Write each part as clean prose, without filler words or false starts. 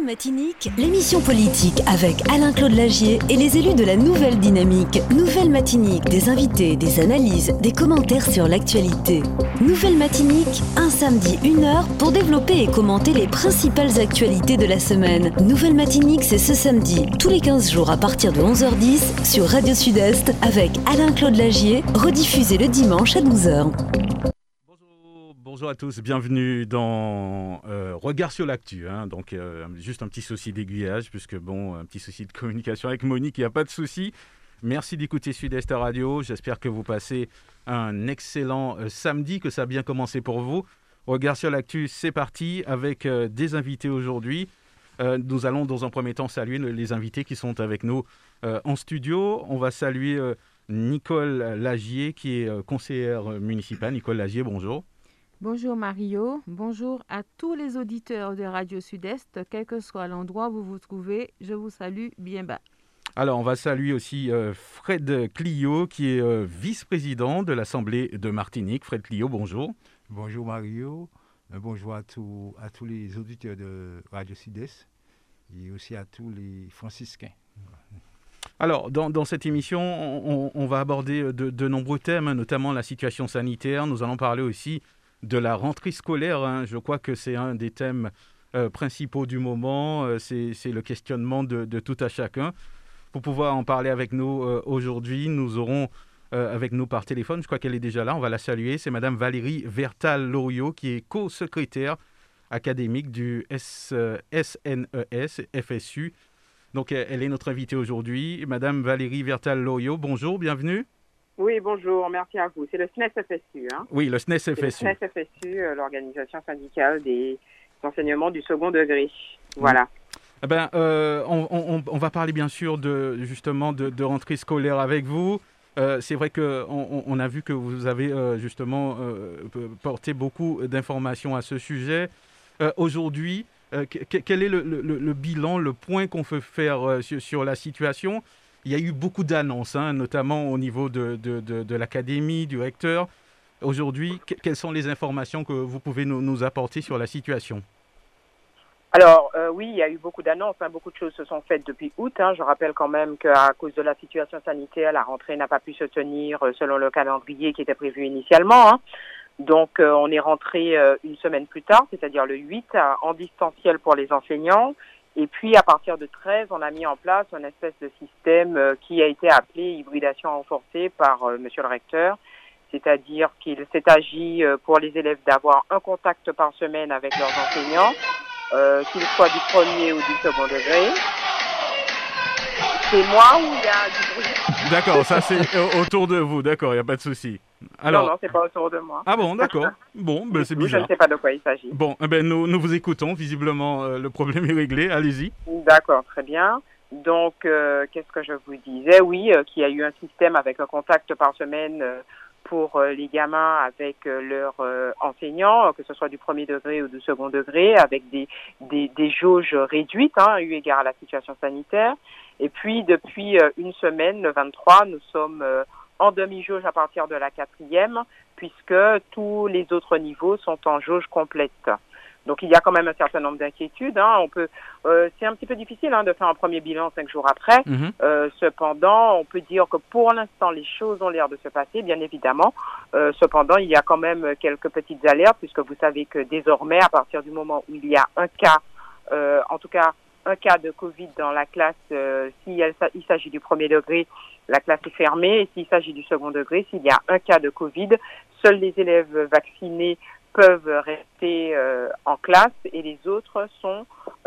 Nouvelle Matinique, l'émission politique avec Alain-Claude Lagier et les élus de la Nouvelle Dynamique. Nouvelle Matinique, des invités, des analyses, des commentaires sur l'actualité. Nouvelle Matinique, un samedi, 1h pour développer et commenter les principales actualités de la semaine. Nouvelle Matinique, c'est ce samedi, tous les 15 jours à partir de 11h10 sur Radio Sud-Est avec Alain-Claude Lagier, rediffusé le dimanche à 12h. Bonjour à tous, bienvenue dans Regard sur l'actu. Donc, juste un petit souci d'aiguillage, puisque un petit souci de communication avec Monique, il n'y a pas de souci. Merci d'écouter Sud-Est Radio. J'espère que vous passez un excellent samedi, que ça a bien commencé pour vous. Regard sur l'actu, c'est parti avec des invités aujourd'hui. Nous allons dans un premier temps saluer les invités qui sont avec nous en studio. On va saluer Nicole Lagier, qui est conseillère municipale. Nicole Lagier, bonjour. Bonjour Mario, bonjour à tous les auditeurs de Radio Sud-Est, quel que soit l'endroit où vous vous trouvez, je vous salue bien bas. Alors, on va saluer aussi Fred Clio, qui est vice-président de l'Assemblée de Martinique. Fred Clio, bonjour. Bonjour Mario, bonjour à tous les auditeurs de Radio Sud-Est et aussi à tous les franciscains. Alors, dans cette émission, on va aborder de nombreux thèmes, notamment la situation sanitaire. Nous allons parler aussi de la rentrée scolaire. Je crois que c'est un des thèmes principaux du moment. C'est le questionnement de tout à chacun. Pour pouvoir en parler avec nous aujourd'hui, nous aurons avec nous par téléphone, je crois qu'elle est déjà là, on va la saluer, c'est Madame Valérie Vertal-Loriot, qui est co-secrétaire académique du SNES FSU. Donc, elle est notre invitée aujourd'hui. Madame Valérie Vertal-Loriot, bonjour, bienvenue. Oui, bonjour, merci à vous. C'est le SNES-FSU. Oui, le SNES-FSU. Le SNES-FSU, l'organisation syndicale des enseignements du second degré. Voilà. On va parler bien sûr justement de rentrée scolaire avec vous. C'est vrai qu'on a vu que vous avez justement porté beaucoup d'informations à ce sujet. Aujourd'hui, quel est le bilan, le point qu'on peut faire sur la situation ? Il y a eu beaucoup d'annonces, notamment au niveau de l'académie, du recteur. Aujourd'hui, quelles sont les informations que vous pouvez nous apporter sur la situation ? Alors, oui, il y a eu beaucoup d'annonces. Beaucoup de choses se sont faites depuis août. Je rappelle quand même qu'à cause de la situation sanitaire, la rentrée n'a pas pu se tenir selon le calendrier qui était prévu initialement. Donc, on est rentré une semaine plus tard, c'est-à-dire le 8, en distanciel pour les enseignants. Et puis, à partir de 13, on a mis en place une espèce de système qui a été appelé hybridation renforcée par monsieur le recteur. C'est-à-dire qu'il s'est agi pour les élèves d'avoir un contact par semaine avec leurs enseignants, qu'ils soient du premier ou du second degré. C'est moi ou il y a du bruit ? D'accord, ça c'est autour de vous, d'accord, il n'y a pas de souci. Alors... Non, c'est pas autour de moi. Ah bon, d'accord. Bon, c'est bizarre. Je ne sais pas de quoi il s'agit. Bon, nous vous écoutons. Visiblement, le problème est réglé. Allez-y. D'accord, très bien. Donc, qu'est-ce que je vous disais ? Oui, qu'il y a eu un système avec un contact par semaine pour les gamins avec leurs enseignants, que ce soit du premier degré ou du second degré, avec des jauges réduites, eu égard à la situation sanitaire. Et puis, depuis une semaine, le 23, nous sommes en demi-jauge à partir de la 4e, puisque tous les autres niveaux sont en jauge complète. Donc, il y a quand même un certain nombre d'inquiétudes. C'est un petit peu difficile de faire un premier bilan 5 jours après. Cependant, on peut dire que pour l'instant, les choses ont l'air de se passer, bien évidemment. Cependant, il y a quand même quelques petites alertes, puisque vous savez que désormais, à partir du moment où il y a un cas, en tout cas, un cas de Covid dans la classe, s'il s'agit du premier degré, la classe est fermée. Et s'il s'agit du second degré, s'il y a un cas de Covid, seuls les élèves vaccinés peuvent rester en classe et les autres sont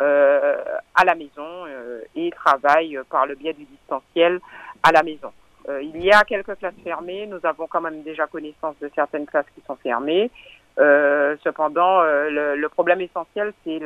à la maison et travaillent par le biais du distanciel à la maison. Il y a quelques classes fermées. Nous avons quand même déjà connaissance de certaines classes qui sont fermées. Cependant, le problème essentiel, c'est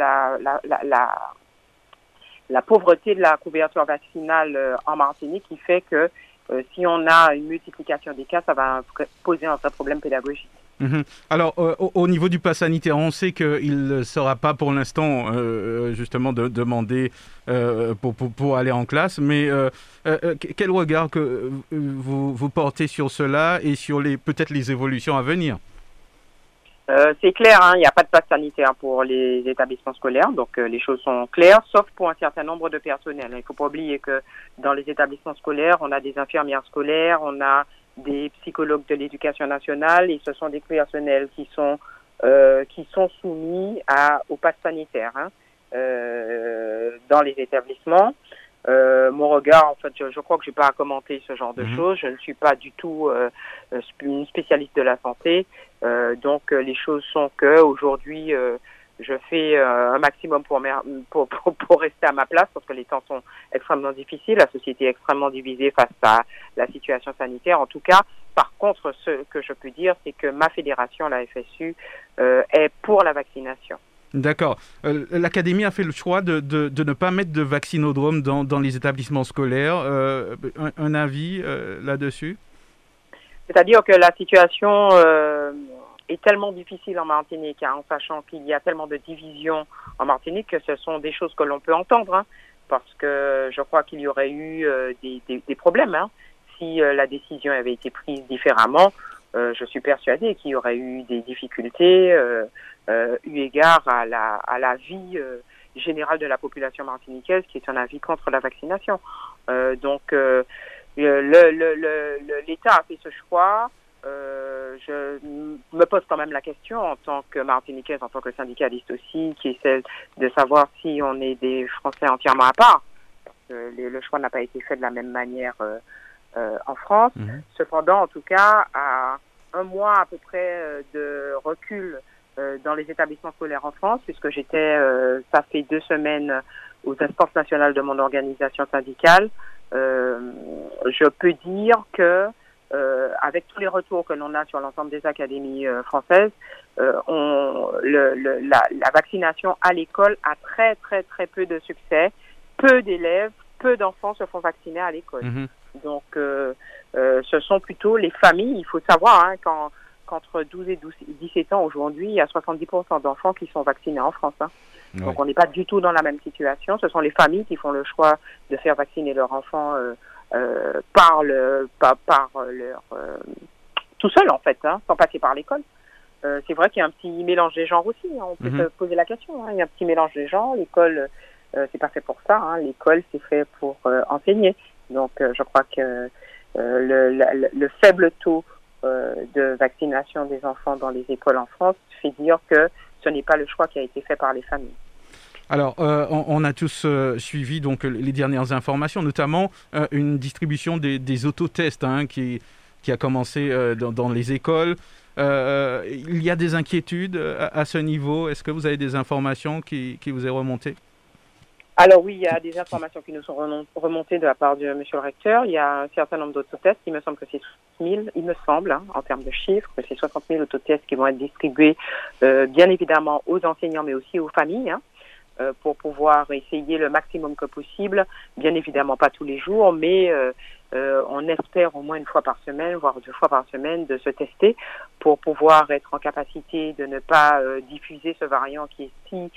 la pauvreté de la couverture vaccinale en Martinique qui fait que si on a une multiplication des cas, ça va poser un vrai problème pédagogique. Alors, au niveau du pass sanitaire, on sait qu'il ne sera pas pour l'instant justement demandé pour aller en classe, mais quel regard que vous portez sur cela et sur peut-être les évolutions à venir ? C'est clair, hein, il n'y a pas de passe sanitaire pour les établissements scolaires, donc les choses sont claires, sauf pour un certain nombre de personnels. Il ne faut pas oublier que dans les établissements scolaires, on a des infirmières scolaires, on a des psychologues de l'éducation nationale, et ce sont des personnels qui sont soumis au pass sanitaire dans les établissements. Mon regard, en fait, je crois que je n'ai pas à commenter ce genre de choses. Je ne suis pas du tout une spécialiste de la santé. Donc, les choses sont que aujourd'hui, je fais un maximum pour rester à ma place parce que les temps sont extrêmement difficiles. La société est extrêmement divisée face à la situation sanitaire. En tout cas, par contre, ce que je peux dire, c'est que ma fédération, la FSU, est pour la vaccination. D'accord. L'Académie a fait le choix de ne pas mettre de vaccinodrome dans les établissements scolaires. Un avis là-dessus? C'est-à-dire que la situation est tellement difficile en Martinique, en sachant qu'il y a tellement de divisions en Martinique que ce sont des choses que l'on peut entendre, parce que je crois qu'il y aurait eu des problèmes si la décision avait été prise différemment. Je suis persuadée qu'il y aurait eu des difficultés eu égard à la vie générale de la population martiniquaise, qui est un avis contre la vaccination. Donc, l'État a fait ce choix. Je me pose quand même la question en tant que martiniquaise, en tant que syndicaliste aussi, qui est celle de savoir si on est des Français entièrement à part. Parce que le choix n'a pas été fait de la même manière en France. Cependant, en tout cas, à un mois à peu près de recul dans les établissements scolaires en France, puisque ça fait 2 semaines aux instances nationales de mon organisation syndicale, je peux dire que avec tous les retours que l'on a sur l'ensemble des académies françaises, la vaccination à l'école a très très très peu de succès. Peu d'élèves, peu d'enfants se font vacciner à l'école. Donc ce sont plutôt les familles. Il faut savoir qu'entre 12 et 17 ans aujourd'hui, il y a 70% d'enfants qui sont vaccinés en France. Ouais. Donc on n'est pas du tout dans la même situation. Ce sont les familles qui font le choix de faire vacciner leurs enfants tout seul, en fait, sans passer par l'école. C'est vrai qu'il y a un petit mélange des genres aussi. On peut se poser la question. Il y a un petit mélange des genres. L'école, c'est pas fait pour ça. L'école, c'est fait pour enseigner. Donc, je crois que le faible taux de vaccination des enfants dans les écoles en France fait dire que ce n'est pas le choix qui a été fait par les familles. Alors, on a tous suivi donc les dernières informations, notamment une distribution des autotests qui a commencé dans les écoles. Il y a des inquiétudes à ce niveau. Est-ce que vous avez des informations qui vous est remontées? Alors oui, il y a des informations qui nous sont remontées de la part de M. le recteur. Il y a un certain nombre d'autotests. Il me semble que c'est 60 000, il me semble, en termes de chiffres, que c'est 60 000 autotests qui vont être distribués, bien évidemment, aux enseignants, mais aussi aux familles, pour pouvoir essayer le maximum que possible. Bien évidemment, pas tous les jours, mais on espère au moins 1 fois par semaine, voire 2 fois par semaine, de se tester pour pouvoir être en capacité de ne pas diffuser ce variant qui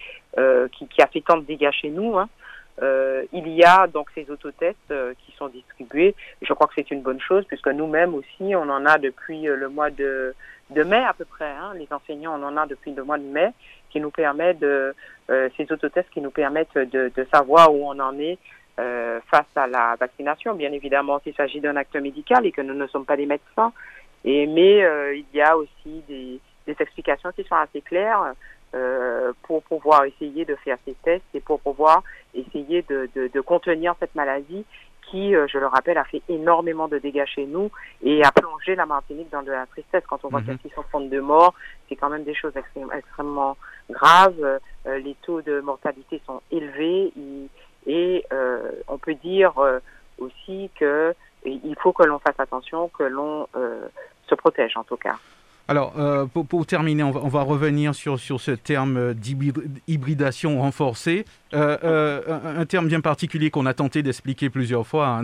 a fait tant de dégâts chez nous. Il y a donc ces autotests qui sont distribués. Je crois que c'est une bonne chose, puisque nous-mêmes aussi, on en a depuis le mois de mai à peu près. Les enseignants, on en a depuis le mois de mai, qui nous permet ces autotests qui nous permettent de savoir où on en est face à la vaccination. Bien évidemment, s'il s'agit d'un acte médical et que nous ne sommes pas des médecins, mais il y a aussi des explications qui sont assez claires pour pouvoir essayer de faire ces tests et pour pouvoir essayer de contenir cette maladie qui, je le rappelle, a fait énormément de dégâts chez nous et a plongé la Martinique dans de la tristesse. Quand on voit qu'il y a 632 morts, c'est quand même des choses extrêmement graves. Les taux de mortalité sont élevés et on peut dire aussi qu'il faut que l'on fasse attention, que l'on se protège en tout cas. Alors, pour terminer, on va revenir sur ce terme d'hybridation renforcée, un terme bien particulier qu'on a tenté d'expliquer plusieurs fois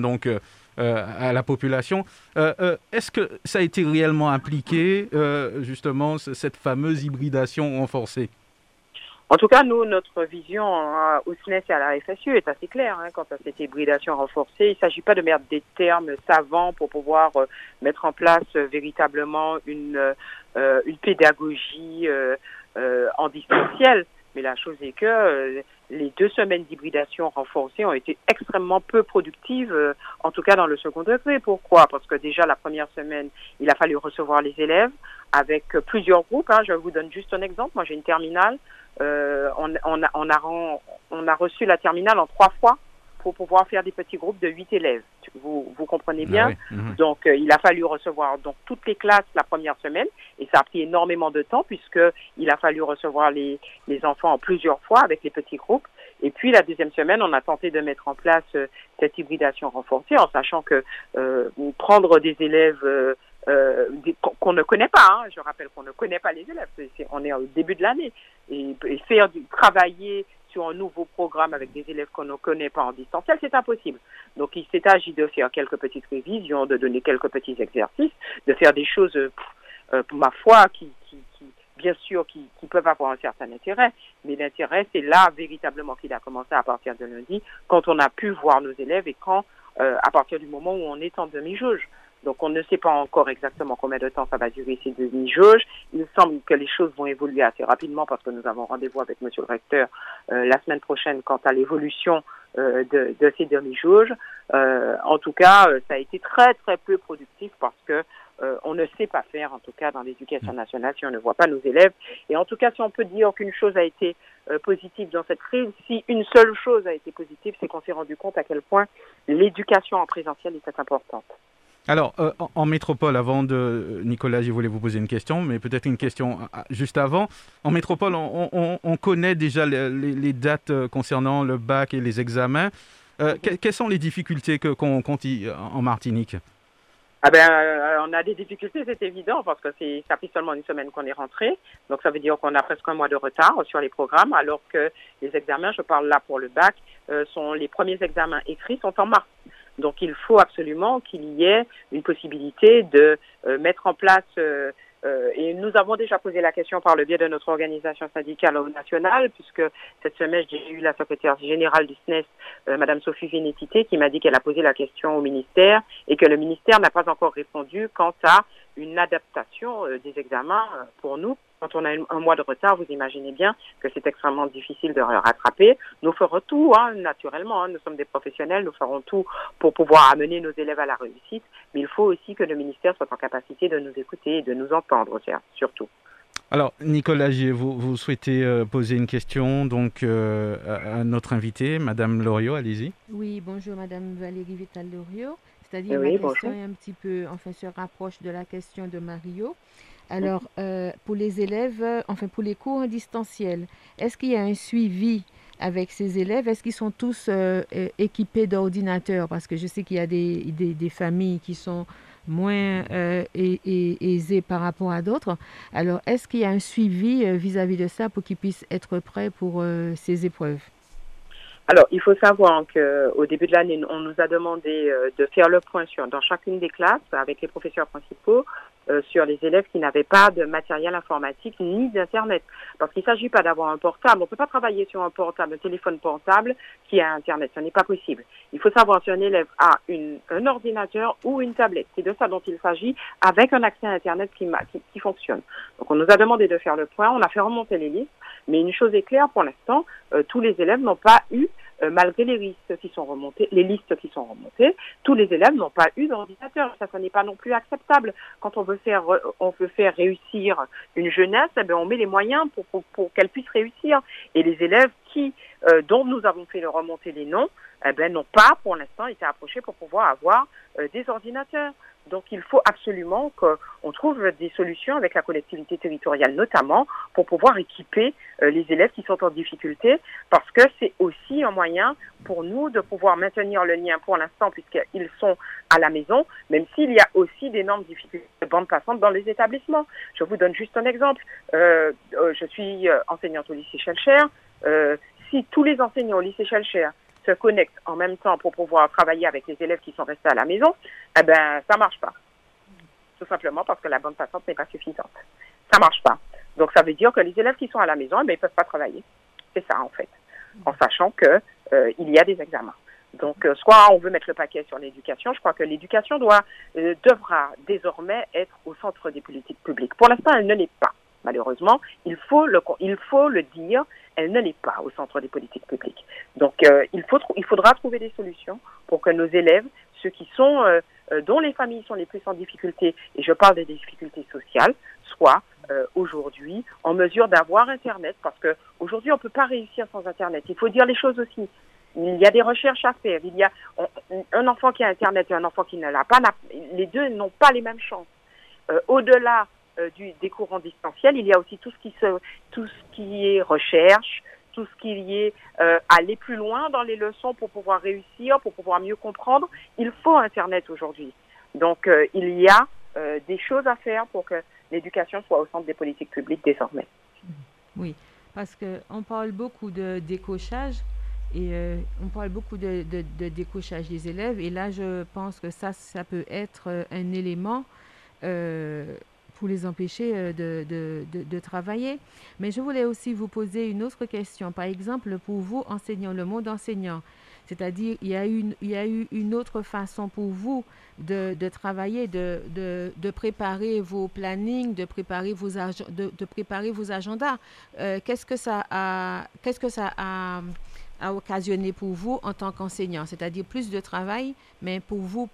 à la population. Est-ce que ça a été réellement appliqué, justement, cette fameuse hybridation renforcée? En tout cas, nous, notre vision au SNES et à la FSU est assez claire quant à cette hybridation renforcée. Il ne s'agit pas de mettre des termes savants pour pouvoir mettre en place véritablement une pédagogie en distanciel. Mais la chose est que les 2 semaines d'hybridation renforcée ont été extrêmement peu productives, en tout cas dans le second degré. Pourquoi? Parce que déjà la première semaine, il a fallu recevoir les élèves avec plusieurs groupes. Je vous donne juste un exemple. Moi, j'ai une terminale. On a reçu la terminale en 3 fois pour pouvoir faire des petits groupes de 8 élèves. Vous comprenez bien? Ah oui. Donc, il a fallu recevoir donc toutes les classes la première semaine et ça a pris énormément de temps puisque il a fallu recevoir les enfants en plusieurs fois avec les petits groupes. Et puis, la deuxième semaine, on a tenté de mettre en place cette hybridation renforcée en sachant que prendre des élèves qu'on ne connaît pas, je rappelle qu'on ne connaît pas les élèves, on est au début de l'année, et faire travailler sur un nouveau programme avec des élèves qu'on ne connaît pas en distanciel, c'est impossible. Donc, il s'est agi de faire quelques petites révisions, de donner quelques petits exercices, de faire des choses, pour ma foi, qui bien sûr, qui peuvent avoir un certain intérêt, mais l'intérêt, c'est là véritablement qu'il a commencé à partir de lundi, quand on a pu voir nos élèves et à partir du moment où on est en demi-jauge. Donc, on ne sait pas encore exactement combien de temps ça va durer ces demi-jauges. Il semble que les choses vont évoluer assez rapidement parce que nous avons rendez-vous avec Monsieur le recteur la semaine prochaine quant à l'évolution de ces demi-jauges. En tout cas, ça a été très, très peu productif parce que on ne sait pas faire, en tout cas dans l'éducation nationale, si on ne voit pas nos élèves. Et en tout cas, si on peut dire qu'une chose a été positive dans cette crise, si une seule chose a été positive, c'est qu'on s'est rendu compte à quel point l'éducation en présentiel était importante. Alors, en métropole, avant de... Nicolas, je voulais vous poser une question, mais peut-être une question juste avant. En métropole, on connaît déjà les dates concernant le bac et les examens. Quelles sont les difficultés qu'on compte en Martinique? On a des difficultés, c'est évident, parce que ça fait seulement une semaine qu'on est rentré. Donc, ça veut dire qu'on a presque un mois de retard sur les programmes, alors que les examens, je parle là pour le bac, les premiers examens écrits sont en mars. Donc, il faut absolument qu'il y ait une possibilité de mettre en place, et nous avons déjà posé la question par le biais de notre organisation syndicale au national, puisque cette semaine, j'ai eu la secrétaire générale du SNES, Madame Sophie Vénétité, qui m'a dit qu'elle a posé la question au ministère et que le ministère n'a pas encore répondu quant à une adaptation des examens pour nous. Quand on a un mois de retard, vous imaginez bien que c'est extrêmement difficile de rattraper. Nous ferons tout, naturellement, nous sommes des professionnels, nous ferons tout pour pouvoir amener nos élèves à la réussite, mais il faut aussi que le ministère soit en capacité de nous écouter et de nous entendre, surtout. Alors, Nicolas, vous souhaitez poser une question donc, à notre invitée, Madame Loriot, allez-y. Oui, bonjour Madame Valérie Vital-Loriot. C'est-à-dire oui, ma question est un petit peu, se rapproche de la question de Mario. Alors, pour les élèves, pour les cours en distanciel, est-ce qu'il y a un suivi avec ces élèves? Est-ce qu'ils sont tous équipés d'ordinateurs? Parce que je sais qu'il y a des familles qui sont moins aisées par rapport à d'autres. Alors, est-ce qu'il y a un suivi vis-à-vis de ça pour qu'ils puissent être prêts pour ces épreuves? Alors, il faut savoir qu'au début de l'année, on nous a demandé de faire le point dans chacune des classes avec les professeurs principaux sur les élèves qui n'avaient pas de matériel informatique ni d'Internet. Parce qu'il ne s'agit pas d'avoir un portable. On ne peut pas travailler sur un portable, un téléphone portable qui a Internet. Ce n'est pas possible. Il faut savoir si un élève a un ordinateur ou une tablette. C'est de ça dont il s'agit avec un accès à Internet qui fonctionne. Donc, on nous a demandé de faire le point. On a fait remonter les listes. Mais une chose est claire, pour l'instant, tous les élèves n'ont pas eu, malgré les listes qui sont remontées, tous les élèves n'ont pas eu d'ordinateur. Ça n'est pas non plus acceptable. Quand on veut faire réussir une jeunesse, on met les moyens pour qu'elle puisse réussir. Et les élèves dont nous avons fait remonter les noms, n'ont pas, pour l'instant, été approchés pour pouvoir avoir des ordinateurs. Donc, il faut absolument qu'on trouve des solutions avec la collectivité territoriale, notamment pour pouvoir équiper les élèves qui sont en difficulté, parce que c'est aussi un moyen pour nous de pouvoir maintenir le lien pour l'instant, puisqu'ils sont à la maison, même s'il y a aussi d'énormes difficultés de bande passante dans les établissements. Je vous donne juste un exemple. Je suis enseignante au lycée Schellcher. Si tous les enseignants au lycée Schellcher se connectent en même temps pour pouvoir travailler avec les élèves qui sont restés à la maison, ça marche pas. Tout simplement parce que la bande passante n'est pas suffisante. Ça marche pas. Donc, ça veut dire que les élèves qui sont à la maison, ils ne peuvent pas travailler. C'est ça, en fait, en sachant que il y a des examens. Donc, soit on veut mettre le paquet sur l'éducation, je crois que l'éducation devra désormais être au centre des politiques publiques. Pour l'instant, elle ne l'est pas, malheureusement. Il faut le dire, elle ne l'est pas au centre des politiques publiques. Donc, il faudra trouver des solutions pour que nos élèves, ceux qui sont, dont les familles sont les plus en difficulté, et je parle des difficultés sociales, soient aujourd'hui en mesure d'avoir Internet, parce qu'aujourd'hui, on ne peut pas réussir sans Internet. Il faut dire les choses aussi. Il y a des recherches à faire. Il y a un enfant qui a Internet et un enfant qui ne l'a pas. Les deux n'ont pas les mêmes chances. Au-delà des cours en distanciel, il y a aussi tout ce qui est recherche, tout ce qui est aller plus loin dans les leçons pour pouvoir réussir, pour pouvoir mieux comprendre. Il faut Internet aujourd'hui. Donc, il y a des choses à faire pour que l'éducation soit au centre des politiques publiques désormais. Oui, parce qu'on parle beaucoup de décochage. Et on parle beaucoup de décochage des élèves. Et là, je pense que ça peut être un élément pour les empêcher de travailler. Mais je voulais aussi vous poser une autre question. Par exemple, pour vous, enseignants, le monde enseignant, c'est-à-dire il y a eu une autre façon pour vous de travailler, de préparer vos plannings, de préparer vos agendas. Qu'est-ce que ça a occasionné pour vous en tant qu'enseignant, c'est-à-dire plus de travail, mais pour vous,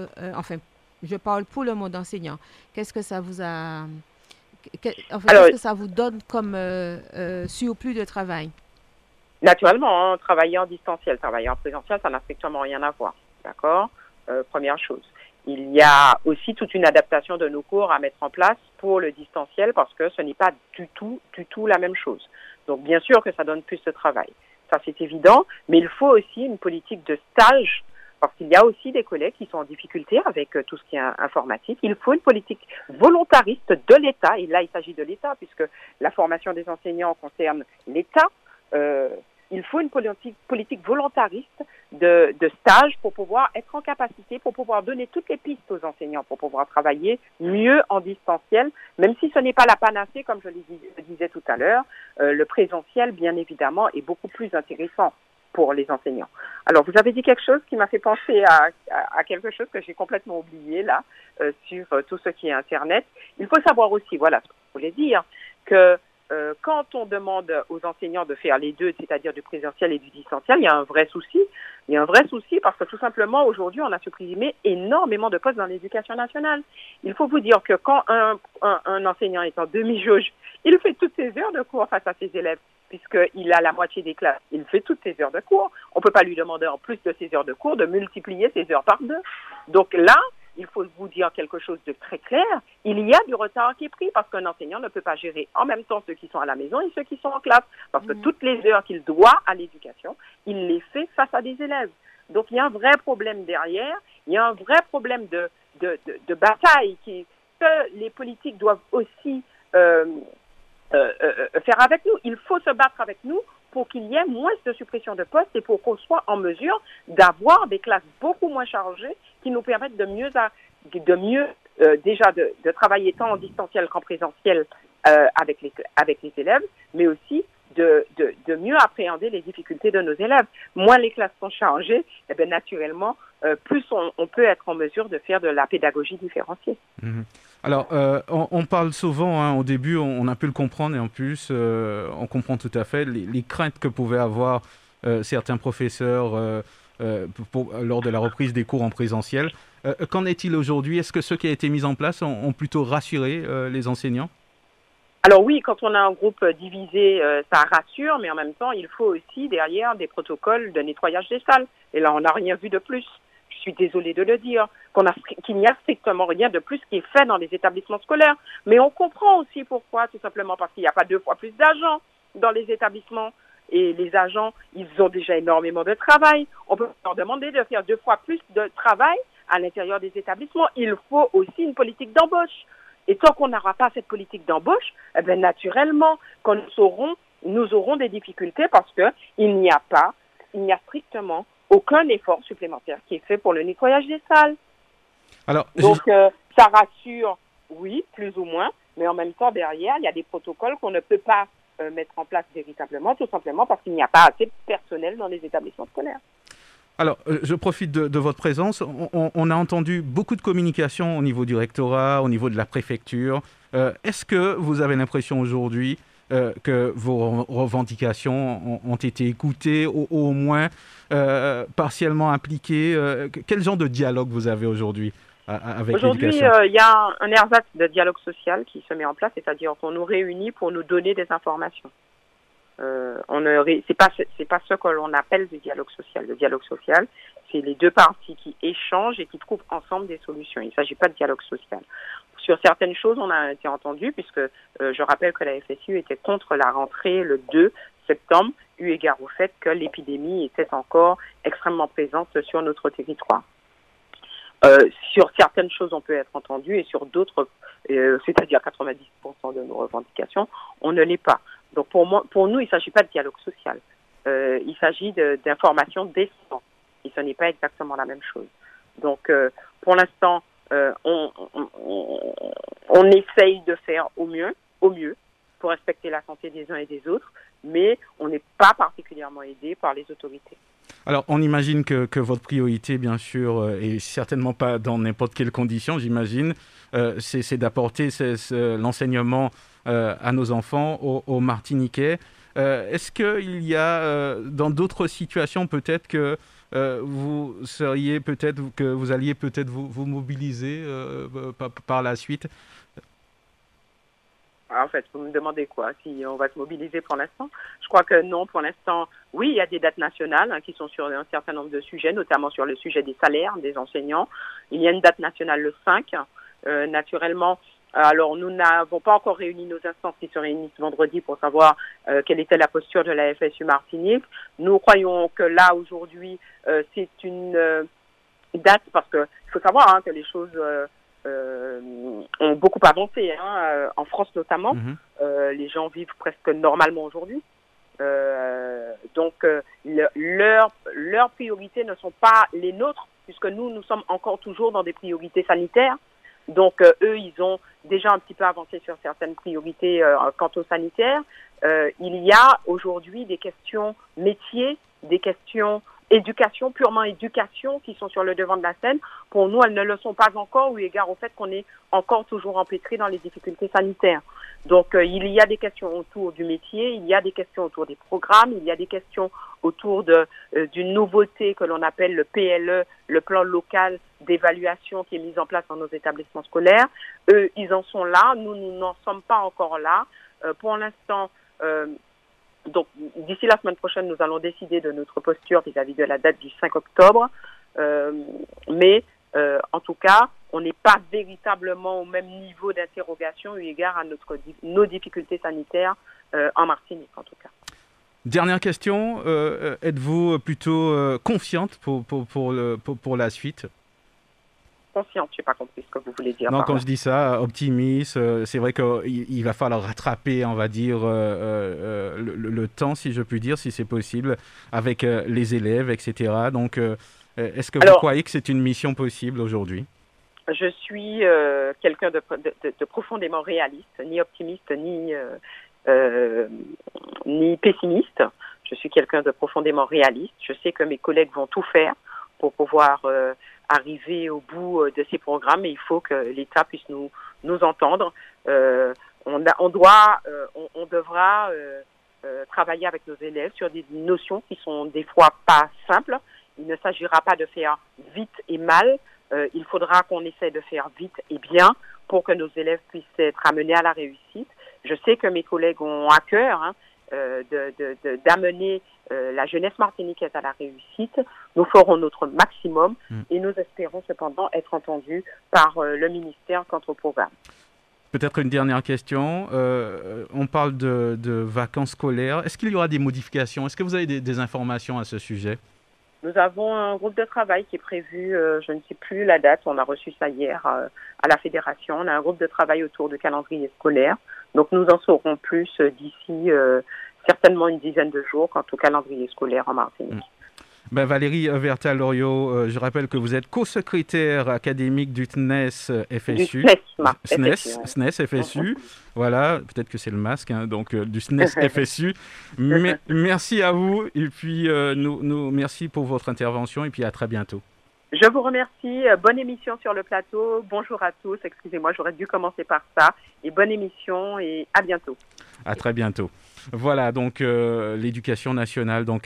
je parle pour le monde enseignant. Qu'est-ce que ça vous a... qu'est-ce que ça vous donne comme surplus de travail? Naturellement, travailler en distanciel, travailler en présentiel, ça n'a strictement rien à voir. D'accord? Première chose. Il y a aussi toute une adaptation de nos cours à mettre en place pour le distanciel parce que ce n'est pas du tout la même chose. Donc, bien sûr que ça donne plus de travail. Ça, c'est évident, mais il faut aussi une politique de stage, parce qu'il y a aussi des collègues qui sont en difficulté avec tout ce qui est informatique. Il faut une politique volontariste de l'État, et là, il s'agit de l'État, puisque la formation des enseignants concerne l'État. Il faut une politique volontariste de stage pour pouvoir être en capacité, pour pouvoir donner toutes les pistes aux enseignants, pour pouvoir travailler mieux en distanciel, même si ce n'est pas la panacée, comme je le disais tout à l'heure. Le présentiel, bien évidemment, est beaucoup plus intéressant pour les enseignants. Alors, vous avez dit quelque chose qui m'a fait penser à quelque chose que j'ai complètement oublié, là, sur tout ce qui est Internet. Il faut savoir aussi, voilà ce que je voulais dire, que quand on demande aux enseignants de faire les deux, c'est-à-dire du présentiel et du distanciel, il y a un vrai souci. Il y a un vrai souci parce que tout simplement, aujourd'hui, on a supprimé énormément de postes dans l'éducation nationale. Il faut vous dire que quand un enseignant est en demi-jauge, il fait toutes ses heures de cours face à ses élèves, puisqu'il a la moitié des classes. Il fait toutes ses heures de cours. On ne peut pas lui demander, en plus de ses heures de cours, de multiplier ses heures par 2. Donc là, il faut vous dire quelque chose de très clair. Il y a du retard qui est pris parce qu'un enseignant ne peut pas gérer en même temps ceux qui sont à la maison et ceux qui sont en classe. Parce que toutes les heures qu'il doit à l'éducation, il les fait face à des élèves. Donc, il y a un vrai problème derrière. Il y a un vrai problème de bataille que les politiques doivent aussi faire avec nous. Il faut se battre avec nous pour qu'il y ait moins de suppression de postes et pour qu'on soit en mesure d'avoir des classes beaucoup moins chargées qui nous permettent de mieux travailler tant en distanciel qu'en présentiel avec les élèves, mais aussi de mieux appréhender les difficultés de nos élèves. Moins les classes sont chargées, et bien naturellement, plus on peut être en mesure de faire de la pédagogie différenciée. Mmh. Alors, on parle souvent, hein, au début, on a pu le comprendre, et en plus, on comprend tout à fait les craintes que pouvaient avoir certains professeurs lors de la reprise des cours en présentiel. Qu'en est-il aujourd'hui? Est-ce que ceux qui ont été mis en place ont plutôt rassuré les enseignants? Alors oui, quand on a un groupe divisé, ça rassure, mais en même temps, il faut aussi derrière des protocoles de nettoyage des salles. Et là, on n'a rien vu de plus. Je suis désolée de le dire, qu'il n'y a strictement rien de plus qui est fait dans les établissements scolaires. Mais on comprend aussi pourquoi, tout simplement parce qu'il n'y a pas 2 fois plus d'agents dans les établissements. Et les agents, ils ont déjà énormément de travail. On peut leur demander de faire 2 fois plus de travail à l'intérieur des établissements. Il faut aussi une politique d'embauche. Et tant qu'on n'aura pas cette politique d'embauche, eh bien, naturellement, quand nous aurons des difficultés parce qu'il n'y a strictement aucun effort supplémentaire qui est fait pour le nettoyage des salles. Alors, donc, ça rassure, oui, plus ou moins, mais en même temps, derrière, il y a des protocoles qu'on ne peut pas mettre en place véritablement, tout simplement parce qu'il n'y a pas assez de personnel dans les établissements scolaires. Alors, je profite de votre présence. On a entendu beaucoup de communication au niveau du rectorat, au niveau de la préfecture. Est-ce que vous avez l'impression aujourd'hui que vos revendications ont été écoutées, au moins partiellement appliquées? Quel genre de dialogue vous avez aujourd'hui avec Aujourd'hui, l'éducation? il y a un ersatz de dialogue social qui se met en place, c'est-à-dire qu'on nous réunit pour nous donner des informations. C'est pas ce que l'on appelle du dialogue social. Le dialogue social, c'est les deux parties qui échangent et qui trouvent ensemble des solutions. Il ne s'agit pas de dialogue social. Sur certaines choses, on a été entendu, puisque je rappelle que la FSU était contre la rentrée le 2 septembre, eu égard au fait que l'épidémie était encore extrêmement présente sur notre territoire. Sur certaines choses, on peut être entendu, et sur d'autres, c'est-à-dire 90% de nos revendications, on ne l'est pas. Donc pour nous, il ne s'agit pas de dialogue social. Il s'agit d'informations décentes. Et ce n'est pas exactement la même chose. Donc pour l'instant, on essaye de faire au mieux pour respecter la santé des uns et des autres, mais on n'est pas particulièrement aidé par les autorités. Alors, on imagine que votre priorité, bien sûr, et certainement pas dans n'importe quelle condition, j'imagine, c'est d'apporter l'enseignement à nos enfants, aux Martiniquais. Est-ce qu'il y a, dans d'autres situations, peut-être que vous alliez peut-être vous mobiliser par la suite? En fait, vous me demandez quoi? Si on va se mobiliser pour l'instant? Je crois que non, pour l'instant. Oui, il y a des dates nationales qui sont sur un certain nombre de sujets, notamment sur le sujet des salaires des enseignants. Il y a une date nationale le 5. Naturellement, alors nous n'avons pas encore réuni nos instances qui se réunissent vendredi pour savoir quelle était la posture de la FSU Martinique. Nous croyons que là, aujourd'hui, c'est une date, parce qu'il faut savoir que les choses... ont beaucoup avancé, en France notamment. Les gens vivent presque normalement aujourd'hui. Donc, leurs priorités ne sont pas les nôtres, puisque nous sommes encore toujours dans des priorités sanitaires. Donc, eux, ils ont déjà un petit peu avancé sur certaines priorités quant aux sanitaires. Il y a aujourd'hui des questions métiers, des questions éducation, purement éducation, qui sont sur le devant de la scène. Pour nous, elles ne le sont pas encore, eu égard au fait qu'on est encore toujours empêtré dans les difficultés sanitaires. Donc, il y a des questions autour du métier, il y a des questions autour des programmes, il y a des questions autour d'une nouveauté que l'on appelle le PLE, le plan local d'évaluation qui est mis en place dans nos établissements scolaires. Eux, ils en sont là. Nous n'en sommes pas encore là. Pour l'instant, donc, d'ici la semaine prochaine, nous allons décider de notre posture vis-à-vis de la date du 5 octobre. Mais, en tout cas, on n'est pas véritablement au même niveau d'interrogation eu égard à nos difficultés sanitaires en Martinique, en tout cas. Dernière question, êtes-vous plutôt confiante pour la suite? Consciente, je n'ai pas compris ce que vous voulez dire. Non, quand je dis ça, optimiste, c'est vrai qu'il va falloir rattraper, on va dire, le temps, si je puis dire, si c'est possible, avec les élèves, etc. Donc, est-ce que vous croyez que c'est une mission possible aujourd'hui? Je suis quelqu'un de profondément réaliste, ni optimiste, ni pessimiste. Je suis quelqu'un de profondément réaliste. Je sais que mes collègues vont tout faire pour pouvoir arriver au bout de ces programmes, et il faut que l'État puisse nous entendre. On devra travailler avec nos élèves sur des notions qui sont des fois pas simples. Il ne s'agira pas de faire vite et mal. Il faudra qu'on essaie de faire vite et bien pour que nos élèves puissent être amenés à la réussite. Je sais que mes collègues ont à cœur d'amener la jeunesse martiniquaise à la réussite. Nous ferons notre maximum et nous espérons cependant être entendus par le ministère quant au programme. Peut-être une dernière question. On parle de vacances scolaires. Est-ce qu'il y aura des modifications? Est-ce que vous avez des informations à ce sujet? Nous avons un groupe de travail qui est prévu, je ne sais plus la date, on a reçu ça hier à la Fédération. On a un groupe de travail autour du calendrier scolaire. Donc nous en saurons plus d'ici certainement une dizaine de jours quant au calendrier scolaire en Martinique. Ben, Valérie Verta-Loriot, je rappelle que vous êtes co-secrétaire académique du SNES FSU. Du SNES, SNES FSU. Voilà, peut-être que c'est le masque, hein, donc du SNES FSU. Merci à vous et puis merci pour votre intervention et puis à très bientôt. Je vous remercie. Bonne émission sur le plateau. Bonjour à tous. Excusez-moi, j'aurais dû commencer par ça. Et bonne émission et à bientôt. À très bientôt. Voilà, donc l'éducation nationale, donc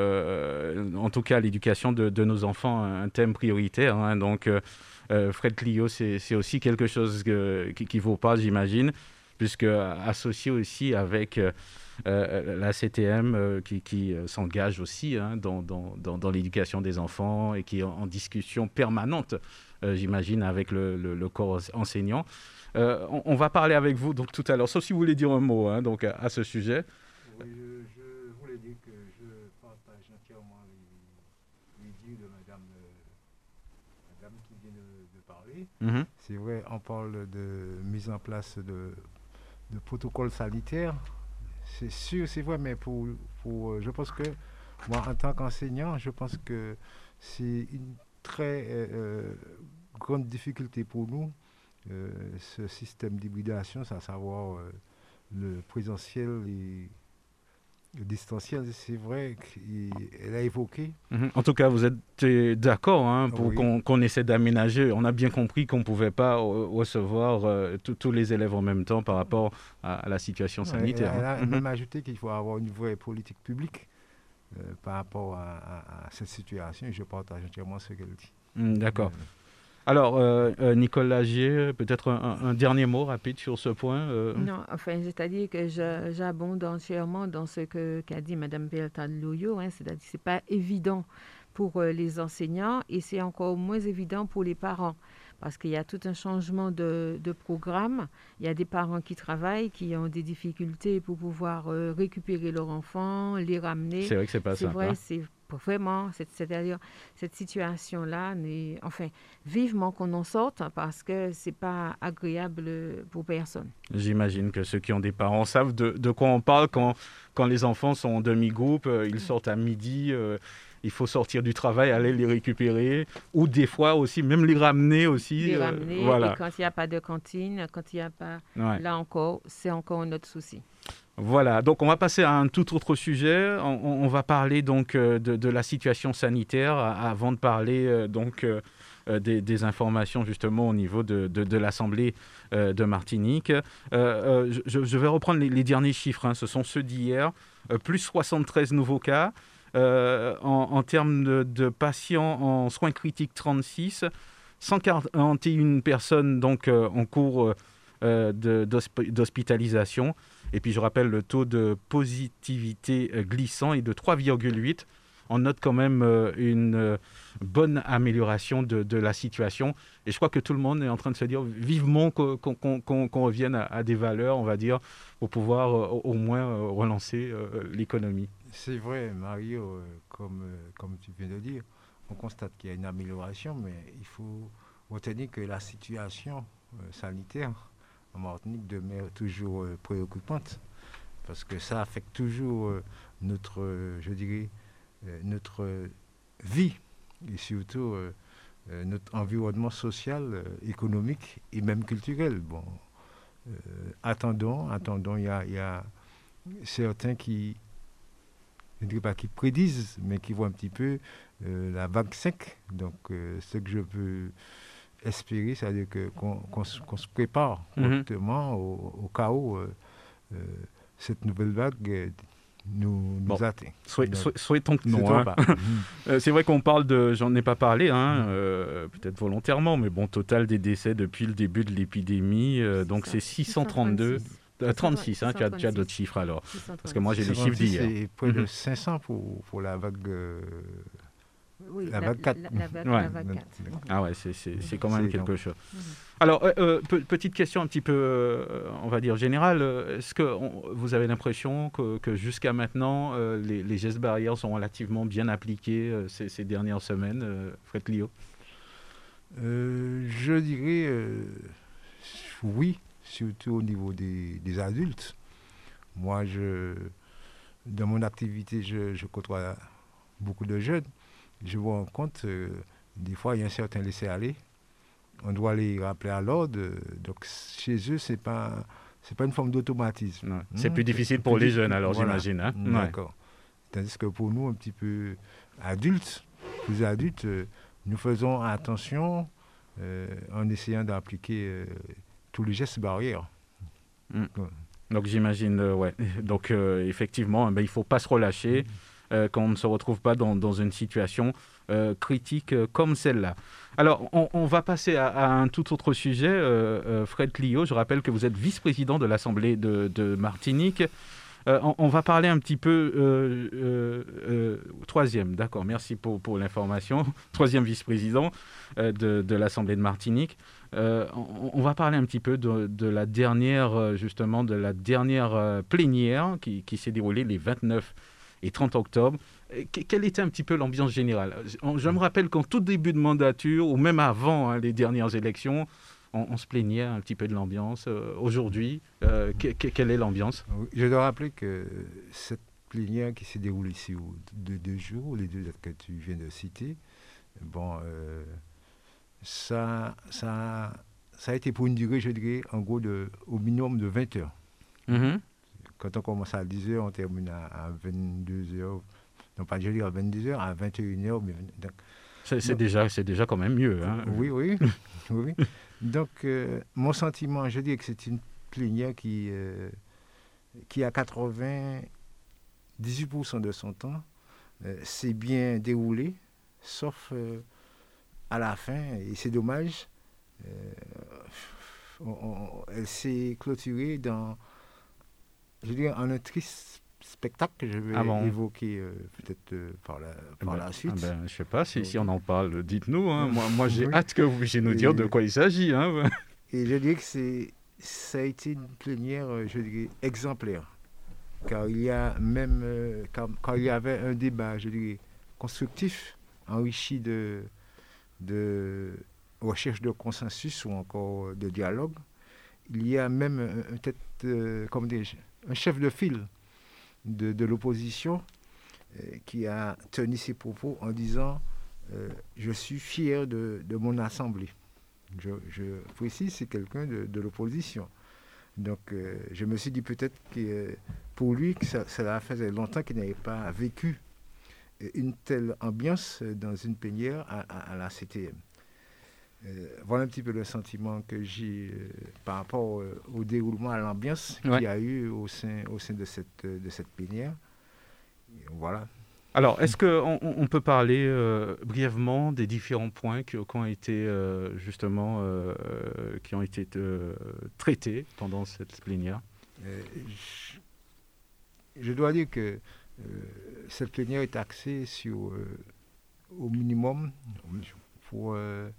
en tout cas l'éducation de nos enfants, un thème prioritaire. Hein, donc Fred Clio, c'est aussi quelque chose qui vaut pas, j'imagine, puisque associé aussi avec la CTM qui s'engage aussi hein, dans l'éducation des enfants et qui est en discussion permanente, j'imagine, avec le corps enseignant. On va parler avec vous donc, tout à l'heure, sauf si vous voulez dire un mot hein, donc, à ce sujet. Oui, je voulais dire que je partage entièrement l'idée de madame qui vient de parler. Mm-hmm. C'est vrai, on parle de mise en place de protocoles sanitaires. C'est sûr, c'est vrai, mais pour je pense que moi, en tant qu'enseignant, je pense que c'est une très grande difficulté pour nous. Ce système d'hybridation, c'est à savoir le présentiel et le distanciel, c'est vrai qu'elle a évoqué. En tout cas, vous êtes d'accord hein, pour oui. qu'on essaie d'aménager. On a bien compris qu'on ne pouvait pas recevoir tous les élèves en même temps par rapport à la situation sanitaire. Elle a même ajouté qu'il faut avoir une vraie politique publique par rapport à cette situation. Et je partage entièrement ce qu'elle dit. D'accord. Alors, Nicole Lagier, peut-être un dernier mot rapide sur ce point. Non, enfin, c'est-à-dire que j'abonde entièrement dans ce qu'a dit Mme Verta-Loriot. Hein, c'est-à-dire que ce n'est pas évident pour les enseignants et c'est encore moins évident pour les parents parce qu'il y a tout un changement de programme. Il y a des parents qui travaillent, qui ont des difficultés pour pouvoir récupérer leurs enfants, les ramener. C'est vrai que ce n'est pas simple. C'est vrai, hein. c'est vraiment, c'est-à-dire cette situation-là, vivement qu'on en sorte parce que ce n'est pas agréable pour personne. J'imagine que ceux qui ont des parents savent de quoi on parle quand les enfants sont en demi-groupe, ils sortent à midi, il faut sortir du travail, aller les récupérer, ou des fois aussi, même les ramener aussi. Les ramener, voilà. Et quand il n'y a pas de cantine, quand il n'y a pas... Ouais. Là encore, c'est encore un autre souci. Voilà, donc on va passer à un tout autre sujet. On va parler donc de la situation sanitaire avant de parler des informations justement au niveau de l'Assemblée de Martinique. Je vais reprendre les derniers chiffres, hein. Ce sont ceux d'hier, plus 73 nouveaux cas. En termes de patients en soins critiques, 36, 141 personnes donc, en cours d'hospitalisation. Et puis, je rappelle, le taux de positivité glissant est de 3,8. On note quand même une bonne amélioration de la situation. Et je crois que tout le monde est en train de se dire vivement qu'on revienne à des valeurs, on va dire, pour pouvoir au moins relancer l'économie. C'est vrai, Mario, comme tu viens de dire, on constate qu'il y a une amélioration, mais il faut retenir que la situation sanitaire en Martinique demeure toujours préoccupante parce que ça affecte toujours notre vie et surtout notre environnement social, économique et même culturel. Bon, attendons, il y a certains qui, je ne dirais pas qui prédisent, mais qui voient un petit peu la vague 5. Donc, ce que je peux espérer, c'est-à-dire qu'on se prépare correctement au cas où cette nouvelle vague nous atteint. Souhaitons que non. Hein. C'est vrai qu'on parle j'en ai pas parlé, hein, peut-être volontairement, mais bon, total des décès depuis le début de l'épidémie, donc c'est 632. 36, hein, tu as d'autres chiffres alors. Parce que moi j'ai les chiffres d'hier. C'est près de 500 pour la vague. Oui, la vague 4. La vague 4. Ah ouais, c'est quand même quelque chose. Alors, petite question un petit peu, on va dire générale. Est-ce que vous avez l'impression que jusqu'à maintenant, les gestes barrières sont relativement bien appliqués ces dernières semaines, Fred Clio? Je dirais oui, surtout au niveau des adultes. Moi, dans mon activité, je côtoie beaucoup de jeunes. je me rends compte, des fois, il y a un certain laisser-aller. On doit les rappeler à l'ordre. Donc, chez eux, c'est pas une forme d'automatisme. C'est plus difficile pour les jeunes, alors, voilà. J'imagine. Hein? D'accord. Tandis que pour nous, un petit peu plus adultes, nous faisons attention en essayant d'appliquer tous les gestes barrières. Ouais. Donc, j'imagine, ouais. Donc, effectivement, il ne faut pas se relâcher quand on ne se retrouve pas dans une situation critique comme celle-là. Alors, on va passer à un tout autre sujet. Fred Clio, je rappelle que vous êtes vice-président de l'Assemblée de Martinique. On va parler un petit peu troisième, d'accord, merci pour l'information. Troisième vice-président de l'Assemblée de Martinique. On va parler un petit peu de la dernière, justement, de la dernière plénière qui s'est déroulée les 29 et 30 octobre. Quelle était un petit peu l'ambiance générale ? Je me rappelle qu'en tout début de mandature, ou même avant les dernières élections, on se plaignait un petit peu de l'ambiance. Aujourd'hui, quelle est l'ambiance ? Je dois rappeler que cette plénière qui s'est déroulée ici de 2 jours, les 2 dates que tu viens de citer, bon, ça a été pour une durée, je dirais, en gros, au minimum de 20 heures. Mm-hmm. Quand on commence à 10 heures, on termine à 22 heures. Non, pas je dire à 22 heures, à 21 heures. Mais, donc, c'est déjà quand même mieux. Hein. Oui. Donc, mon sentiment, je dis que c'est une plénière qui a 98% de son temps. C'est bien déroulé, sauf à la fin, et c'est dommage. Elle s'est clôturée en un triste spectacle que je vais évoquer peut-être par la suite. Je ne sais pas si on en parle, dites-nous. Hein. Moi j'ai hâte que vous puissiez nous dire de quoi il s'agit. Hein. Et je dirais que ça a été une plénière, je dirais, exemplaire. Car il y a même, quand il y avait un débat, je dirais, constructif, enrichi de recherche de consensus ou encore de dialogue, il y a même un chef de file de l'opposition qui a tenu ses propos en disant je suis fier de mon assemblée. Je précise, c'est quelqu'un de l'opposition. Donc je me suis dit peut-être que pour lui, que ça faisait longtemps qu'il n'avait pas vécu une telle ambiance dans une plénière à la CTM. Voilà un petit peu le sentiment que j'ai par rapport au déroulement, à l'ambiance qu'il y a eu au sein de cette plénière. Et voilà. Alors, est-ce qu'on peut parler brièvement des différents points qui ont été traités pendant cette plénière ? Je dois dire que cette plénière est axée sur au minimum pour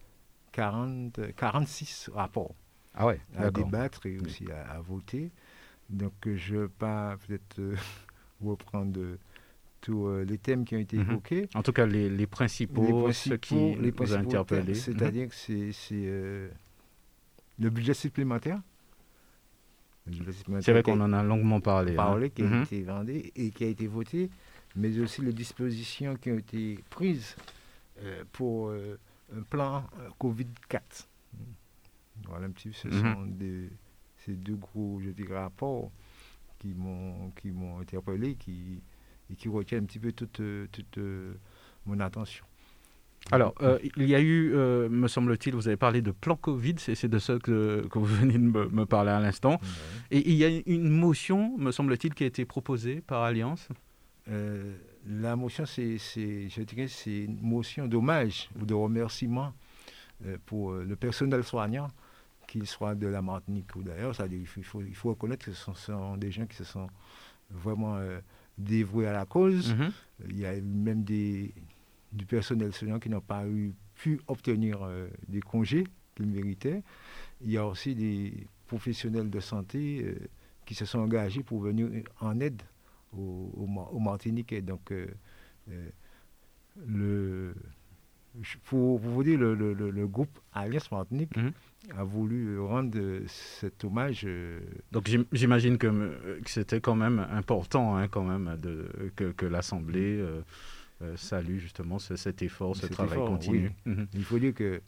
46 rapports à débattre et aussi à voter. Donc je ne vais pas peut-être reprendre tous les thèmes qui ont été évoqués. En tout cas, les principaux, ceux qui vous ont interpellé. C'est-à-dire que c'est le budget supplémentaire. C'est vrai qu'on en a longuement parlé. Qui a été vendu et qui a été voté, mais aussi les dispositions qui ont été prises pour un plan Covid-4. Voilà un petit peu, ce sont ces 2 gros, je dirais, rapports qui m'ont interpellé et qui retiennent un petit peu toute mon attention. Alors, il y a eu, me semble-t-il, vous avez parlé de plan Covid, c'est de ça que vous venez de me parler à l'instant. Et il y a une motion, me semble-t-il, qui a été proposée par Alliance. La motion, je dirais, c'est une motion d'hommage ou de remerciement pour le personnel soignant, qu'il soit de la Martinique ou d'ailleurs. Il faut reconnaître que ce sont des gens qui se sont vraiment dévoués à la cause. Il y a même du personnel soignant qui n'a pas pu obtenir des congés qu'ils méritaient. Il y a aussi des professionnels de santé qui se sont engagés pour venir en aide aux Martiniquais. Donc, pour vous dire, le groupe Alliance Martinique a voulu rendre cet hommage. Donc j'imagine que c'était quand même important, hein, quand même, que l'Assemblée salue justement cet effort, ce travail continu. Oui. Il faut dire que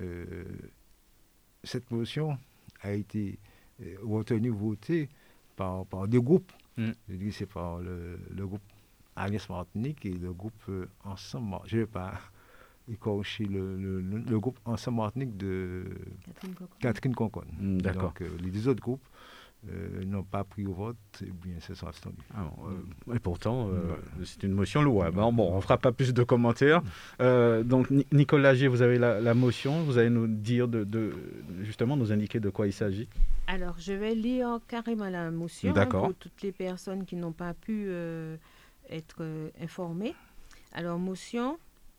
cette motion a été retenue, votée par deux groupes. Je dis c'est par le groupe Alliance Martinique et le groupe Ensemble. Je ne vais pas écorcher le groupe Ensemble Martinique de Catherine Conconne. D'accord. Donc les deux autres groupes n'ont pas pris au vote, et bien se sont abstenus. Et pourtant, c'est une motion louable. Bon, on ne fera pas plus de commentaires. Donc, Nicole Lagier, vous avez la motion. Vous allez nous dire, justement, nous indiquer de quoi il s'agit. Alors, je vais lire carrément la motion pour toutes les personnes qui n'ont pas pu être informées. Alors, motion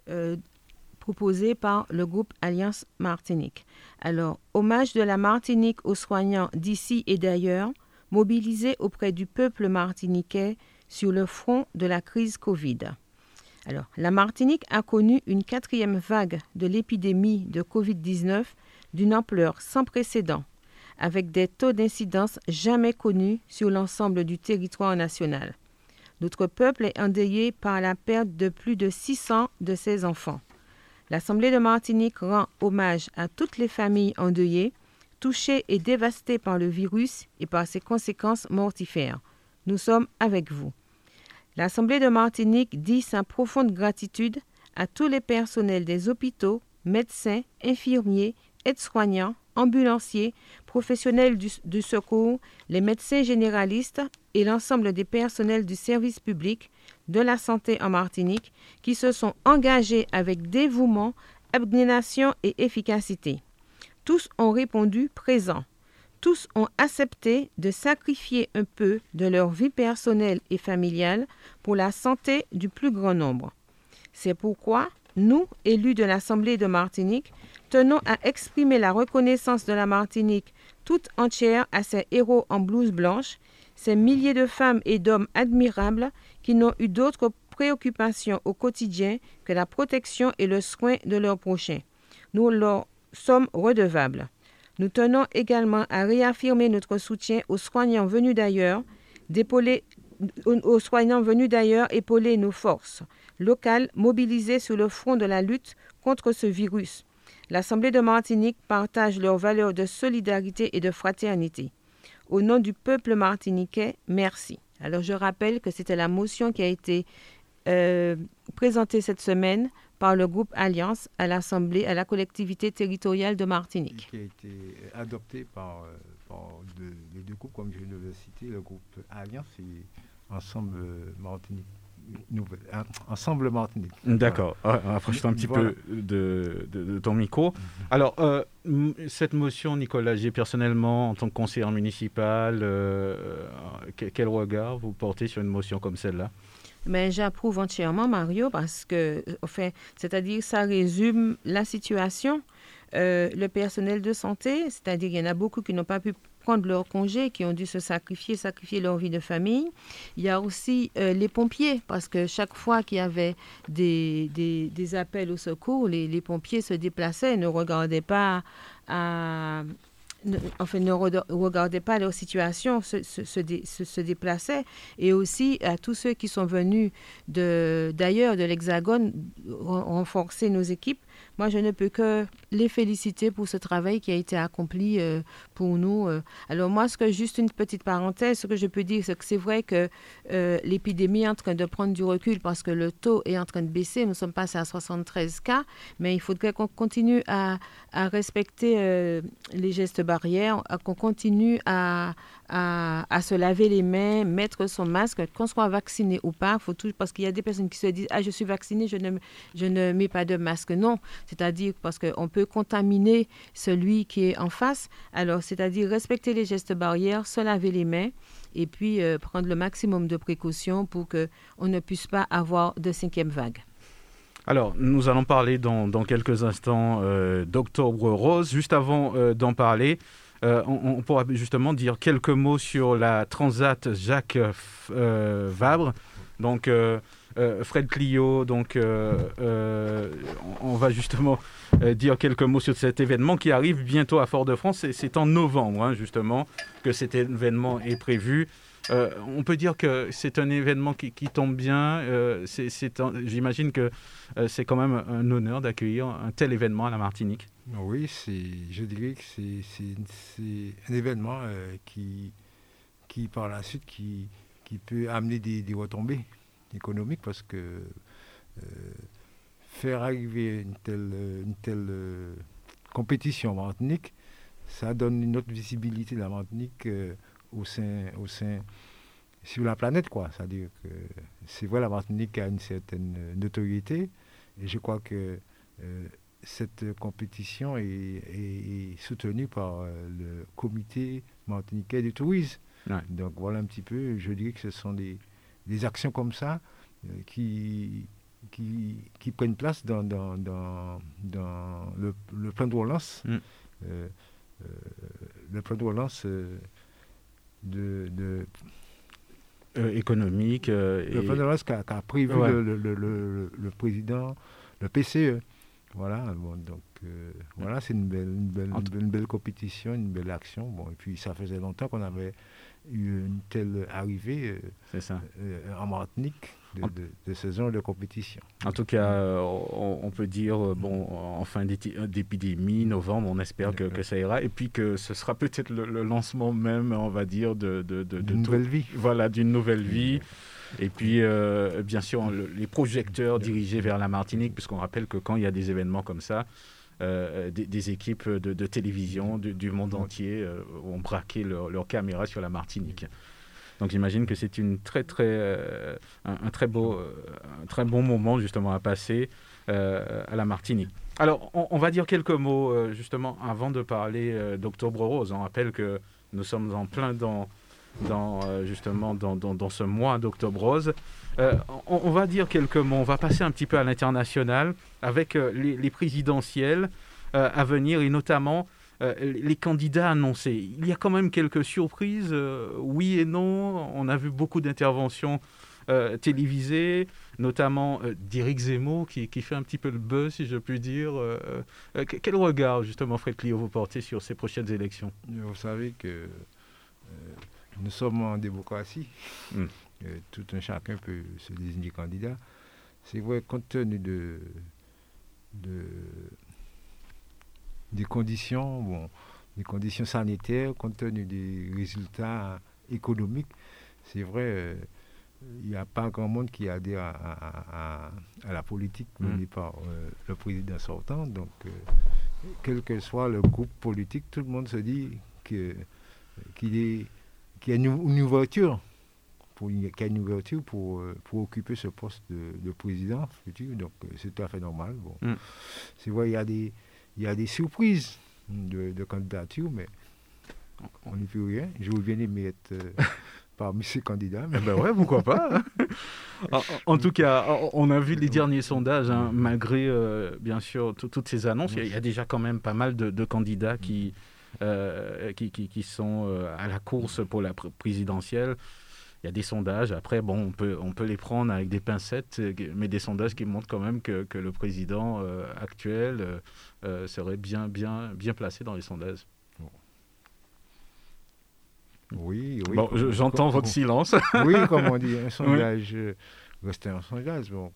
proposée par le groupe Alliance Martinique. Alors, hommage de la Martinique aux soignants d'ici et d'ailleurs, mobilisés auprès du peuple martiniquais sur le front de la crise Covid. Alors, la Martinique a connu une 4e vague de l'épidémie de Covid-19 d'une ampleur sans précédent, avec des taux d'incidence jamais connus sur l'ensemble du territoire national. Notre peuple est endeuillé par la perte de plus de 600 de ses enfants. L'Assemblée de Martinique rend hommage à toutes les familles endeuillées, touchées et dévastées par le virus et par ses conséquences mortifères. Nous sommes avec vous. L'Assemblée de Martinique dit sa profonde gratitude à tous les personnels des hôpitaux, médecins, infirmiers, aides-soignants, ambulanciers, professionnels du secours, les médecins généralistes et l'ensemble des personnels du service public de la santé en Martinique qui se sont engagés avec dévouement, abnégation et efficacité. Tous ont répondu présent. Tous ont accepté de sacrifier un peu de leur vie personnelle et familiale pour la santé du plus grand nombre. C'est pourquoi nous, élus de l'Assemblée de Martinique, tenons à exprimer la reconnaissance de la Martinique toute entière à ces héros en blouse blanche, ces milliers de femmes et d'hommes admirables qui n'ont eu d'autres préoccupations au quotidien que la protection et le soin de leurs prochains. Nous leur sommes redevables. Nous tenons également à réaffirmer notre soutien aux soignants venus d'ailleurs, épauler nos forces locales mobilisées sur le front de la lutte contre ce virus. L'Assemblée de Martinique partage leurs valeurs de solidarité et de fraternité. Au nom du peuple martiniquais, merci. Alors je rappelle que c'était la motion qui a été présentée cette semaine par le groupe Alliance à l'Assemblée, à la collectivité territoriale de Martinique. Qui a été adoptée par les deux groupes, comme je viens de le citer, le groupe Alliance et Ensemble Martinique. Ensemble Martinique. D'accord. Approche-toi un petit peu de ton micro. Alors, cette motion, Nicole Lagier, personnellement, en tant que conseiller municipal, quel regard vous portez sur une motion comme celle-là? Mais j'approuve entièrement, Mario, parce que, c'est-à-dire, ça résume la situation. Le personnel de santé, c'est-à-dire, il y en a beaucoup qui n'ont pas pu prendre leur congé, qui ont dû se sacrifier leur vie de famille. Il y a aussi les pompiers, parce que chaque fois qu'il y avait des appels au secours, les pompiers se déplaçaient, ne regardaient pas leur situation, se déplaçaient. Et aussi à tous ceux qui sont venus d'ailleurs, de l'Hexagone, renforcer nos équipes. Moi, je ne peux que les féliciter pour ce travail qui a été accompli pour nous. Alors moi, juste une petite parenthèse, ce que je peux dire, c'est que c'est vrai que l'épidémie est en train de prendre du recul parce que le taux est en train de baisser. Nous sommes passés à 73 cas, mais il faudrait qu'on continue à respecter les gestes barrières, qu'on continue à se laver les mains, mettre son masque, qu'on soit vacciné ou pas. Parce qu'il y a des personnes qui se disent « Ah, je suis vacciné, je ne mets pas de masque ». Non, c'est-à-dire parce qu'on peut contaminer celui qui est en face. Alors, c'est-à-dire respecter les gestes barrières, se laver les mains et puis prendre le maximum de précautions pour qu'on ne puisse pas avoir de 5e vague. Alors, nous allons parler dans quelques instants d'Octobre Rose. Juste avant d'en parler, on pourra justement dire quelques mots sur la Transat Jacques Vabre. Donc, Fred Clio, donc on va justement dire quelques mots sur cet événement qui arrive bientôt à Fort-de-France. Et c'est en novembre, justement, que cet événement est prévu. On peut dire que c'est un événement qui tombe bien. J'imagine que c'est quand même un honneur d'accueillir un tel événement à la Martinique. Oui, je dirais que c'est un événement qui par la suite, qui peut amener des retombées économiques parce que faire arriver une telle compétition en Martinique, ça donne une autre visibilité de la Martinique au sein sur la planète, quoi. C'est-à-dire que c'est vrai, la Martinique a une certaine notoriété et je crois que cette compétition est soutenue par le comité martiniquais du tourisme. Ouais. Donc voilà un petit peu, je dirais que ce sont des actions comme ça qui prennent place dans le plan de relance. Le plan de relance économique. Le plan de relance qu'a prévu le président, le PCE. Voilà, bon, donc voilà, c'est une belle compétition, une belle action. Bon, et puis ça faisait longtemps qu'on avait eu une telle arrivée en Martinique de ce genre de compétition. En tout cas, on peut dire, en fin d'épidémie, novembre, on espère que ça ira, et puis que ce sera peut-être le lancement même, on va dire, d'une nouvelle vie. Voilà, d'une nouvelle vie. Et puis, bien sûr, les projecteurs dirigés vers la Martinique, puisqu'on rappelle que quand il y a des événements comme ça, des équipes de télévision du monde entier ont braqué leurs caméras sur la Martinique. Donc j'imagine que c'est un très bon moment justement à passer à la Martinique. Alors, on va dire quelques mots justement avant de parler d'Octobre Rose. On rappelle que nous sommes en plein dans ce mois d'Octobre Rose. On va dire quelques mots, on va passer un petit peu à l'international avec les présidentielles à venir et notamment les candidats annoncés. Il y a quand même quelques surprises, oui et non. On a vu beaucoup d'interventions télévisées, notamment d'Éric Zemmour qui fait un petit peu le buzz, si je puis dire. Quel regard, justement, Fred Clio, vous portez sur ces prochaines élections ? Vous savez que nous sommes en démocratie. Tout un chacun peut se désigner candidat. C'est vrai, compte tenu des conditions sanitaires, compte tenu des résultats économiques, c'est vrai, il n'y a pas grand monde qui adhère à la politique menée par le président sortant. Donc, quel que soit le groupe politique, tout le monde se dit qu'il y a une ouverture. Pour occuper ce poste de président futur, donc c'est tout à fait normal. Bon. C'est vrai, il y a des surprises de candidature, mais on n'y peut rien. J'aurais bien aimé être parmi ces candidats. Mais... Ben ouais, pourquoi pas. En tout cas, on a vu les derniers sondages, malgré bien sûr toutes ces annonces, il y a déjà quand même pas mal de candidats qui sont à la course pour la présidentielle. Il y a des sondages, après, on peut les prendre avec des pincettes, mais des sondages qui montrent quand même que le président actuel serait bien placé dans les sondages. Oui. Bon, j'entends votre silence. Oui, comme on dit, un sondage reste un sondage. Bon,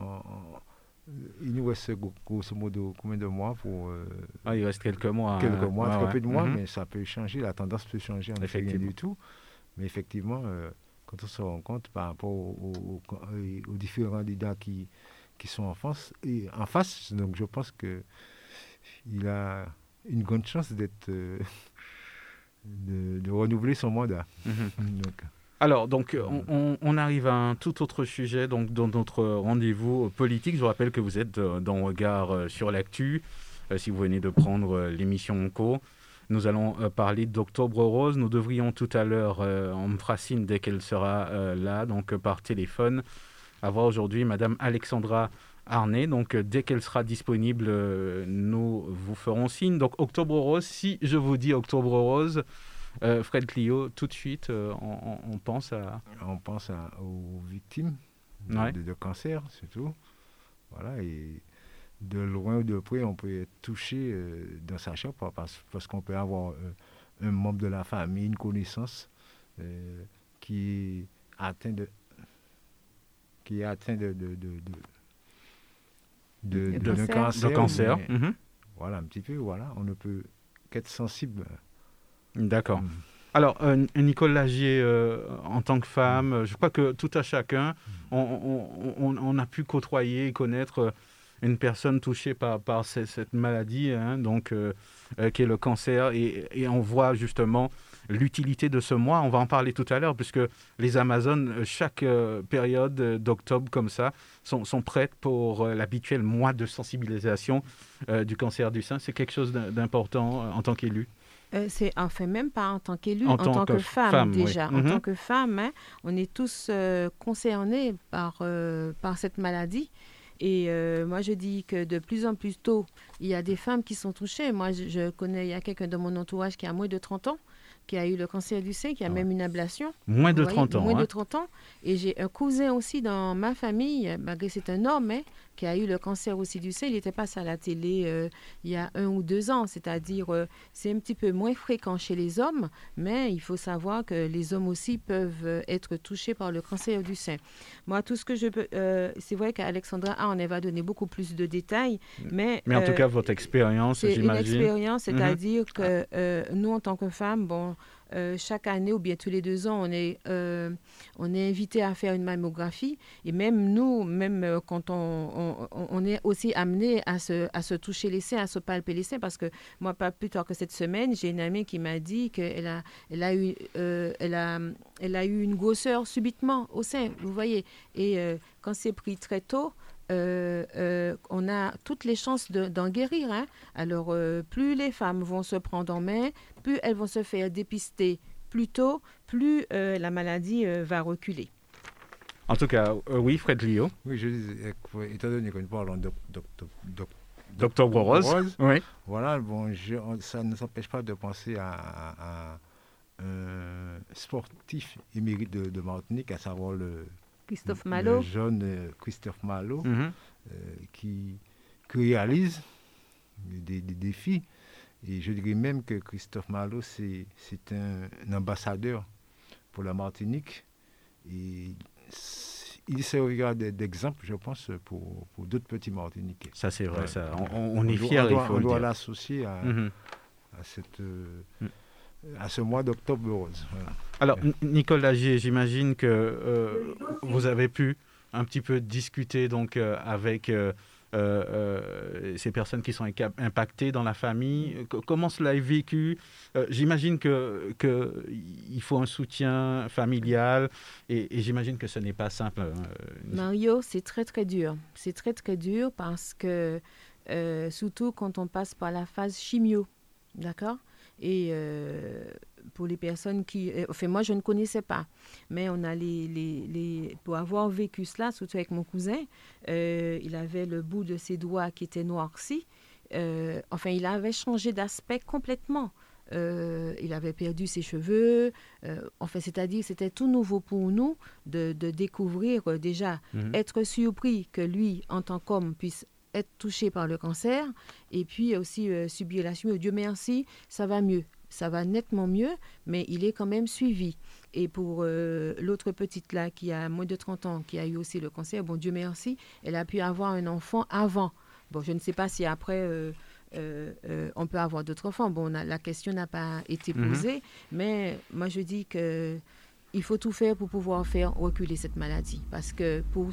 il nous reste grosso modo combien de mois pour... il reste quelques mois. Très peu de mois, mais ça peut changer, la tendance peut changer, on ne fait rien du tout. Mais effectivement... quand on se rend compte par rapport aux différents candidats qui sont en face, donc je pense qu'il a une grande chance de renouveler son mandat. Alors, on arrive à un tout autre sujet donc, dans notre rendez-vous politique. Je vous rappelle que vous êtes dans Regard sur l'actu, si vous venez de prendre l'émission Co. Nous allons parler d'Octobre Rose. Nous devrions tout à l'heure, on me fera signe dès qu'elle sera là, donc par téléphone, avoir aujourd'hui Madame Alexandra Arnay. Donc dès qu'elle sera disponible, nous vous ferons signe. Donc Octobre Rose, si je vous dis Octobre Rose, Fred Clio, tout de suite, on pense à... On pense aux victimes de cancer, surtout. Voilà, et... de loin ou de près, on peut être touché dans sa chair parce qu'on peut avoir un membre de la famille, une connaissance qui est atteint d'un cancer. De cancer. Voilà, un petit peu, voilà. On ne peut qu'être sensible. D'accord. Alors, Nicole Lagier, en tant que femme, je crois que tout à chacun, on a pu côtoyer et connaître une personne touchée par cette maladie, donc, qui est le cancer. Et on voit justement l'utilité de ce mois. On va en parler tout à l'heure, puisque les Amazones, chaque période d'octobre comme ça, sont prêtes pour l'habituel mois de sensibilisation du cancer du sein. C'est quelque chose d'important en tant qu'élu. C'est enfin même pas en tant qu'élu, en tant que femme déjà. Oui. En tant que femme, on est tous concernés par cette maladie. Et moi, je dis que de plus en plus tôt, il y a des femmes qui sont touchées. Moi, je connais, il y a quelqu'un de mon entourage qui a moins de 30 ans, qui a eu le cancer du sein, qui a même une ablation. Moins de 30 ans. Moins de 30 ans. Et j'ai un cousin aussi dans ma famille, malgré c'est un homme, qui a eu le cancer aussi du sein. Il était passé à la télé il y a 1 ou 2 ans. C'est-à-dire, c'est un petit peu moins fréquent chez les hommes, mais il faut savoir que les hommes aussi peuvent être touchés par le cancer du sein. Moi, tout ce que je peux... c'est vrai qu'Alexandra Arnay va donner beaucoup plus de détails, mais en tout cas, votre expérience, j'imagine. C'est une expérience, c'est-à-dire que nous, en tant que femmes, chaque année ou bien tous les 2 ans, on est invité à faire une mammographie. Et même nous, quand on est aussi amené à se toucher les seins, à se palper les seins, parce que moi, pas plus tard que cette semaine, j'ai une amie qui m'a dit qu'elle a eu une grosseur subitement au sein, vous voyez. Et quand c'est pris très tôt, on a toutes les chances d'en guérir. Alors, plus les femmes vont se prendre en main, plus elles vont se faire dépister plus tôt, plus la maladie va reculer. En tout cas, oui, Fred Lio. Oui, je disais, étant donné que nous parlons d'Octobre Rose. Oui. Voilà, ça ne s'empêche pas de penser à un sportif émérite de Martinique, à savoir le jeune Christophe Malo, qui réalise des défis. Et je dirais même que Christophe Malo, c'est un ambassadeur pour la Martinique. Et il servira d'exemple, je pense, pour d'autres petits Martiniquais. Ça, c'est vrai. Ouais. Ça. On est fiers, il faut le dire. On doit l'associer à ce mois d'Octobre Rose. Voilà. Alors, Nicole Lagier, j'imagine que vous avez pu un petit peu discuter donc, avec ces personnes qui sont impactées dans la famille. Comment cela est vécu? J'imagine qu'il faut un soutien familial et j'imagine que ce n'est pas simple. Mario, c'est très, très dur. C'est très, très dur parce que, surtout quand on passe par la phase chimio, d'accord? Et pour les personnes qui... Enfin, moi, je ne connaissais pas. Mais on a pour avoir vécu cela, surtout avec mon cousin, il avait le bout de ses doigts qui était noirci. Enfin, il avait changé d'aspect complètement. Il avait perdu ses cheveux. Enfin, c'est-à-dire, c'était tout nouveau pour nous de découvrir déjà, être surpris que lui, en tant qu'homme, puisse être touché par le cancer et puis aussi subir la chimie. Dieu merci, ça va mieux. Ça va nettement mieux, mais il est quand même suivi. Et pour l'autre petite là, qui a moins de 30 ans, qui a eu aussi le cancer, bon, Dieu merci, elle a pu avoir un enfant avant. Bon, je ne sais pas si après, on peut avoir d'autres enfants. Bon, la question n'a pas été posée, mais moi, je dis que il faut tout faire pour pouvoir faire reculer cette maladie. Parce que pour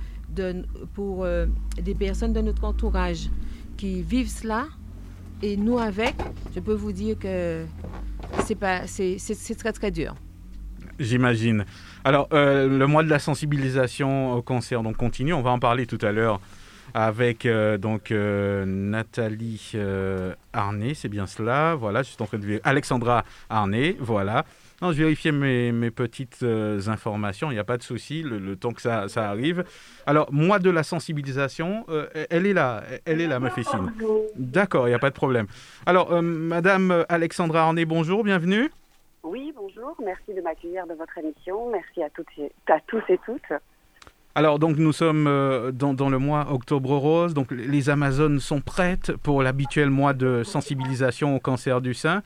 des personnes de notre entourage qui vivent cela, et nous avec, je peux vous dire que c'est très, très dur. J'imagine. Alors, le mois de la sensibilisation au cancer donc, continue. On va en parler tout à l'heure avec Nathalie Arnay, c'est bien cela. Voilà, je suis en train de vérifier. Alexandra Arnay, voilà. Non, je vérifiais mes petites informations, il n'y a pas de souci, le temps que ça arrive. Alors, mois de la sensibilisation, elle est là, ma Fécine. D'accord, il n'y a pas de problème. Alors, Madame Alexandra Arnay, bonjour, bienvenue. Oui, bonjour, merci de m'accueillir dans votre émission, merci à tous et toutes. Alors, donc, nous sommes dans le mois Octobre Rose, donc les Amazones sont prêtes pour l'habituel mois de sensibilisation au cancer du sein.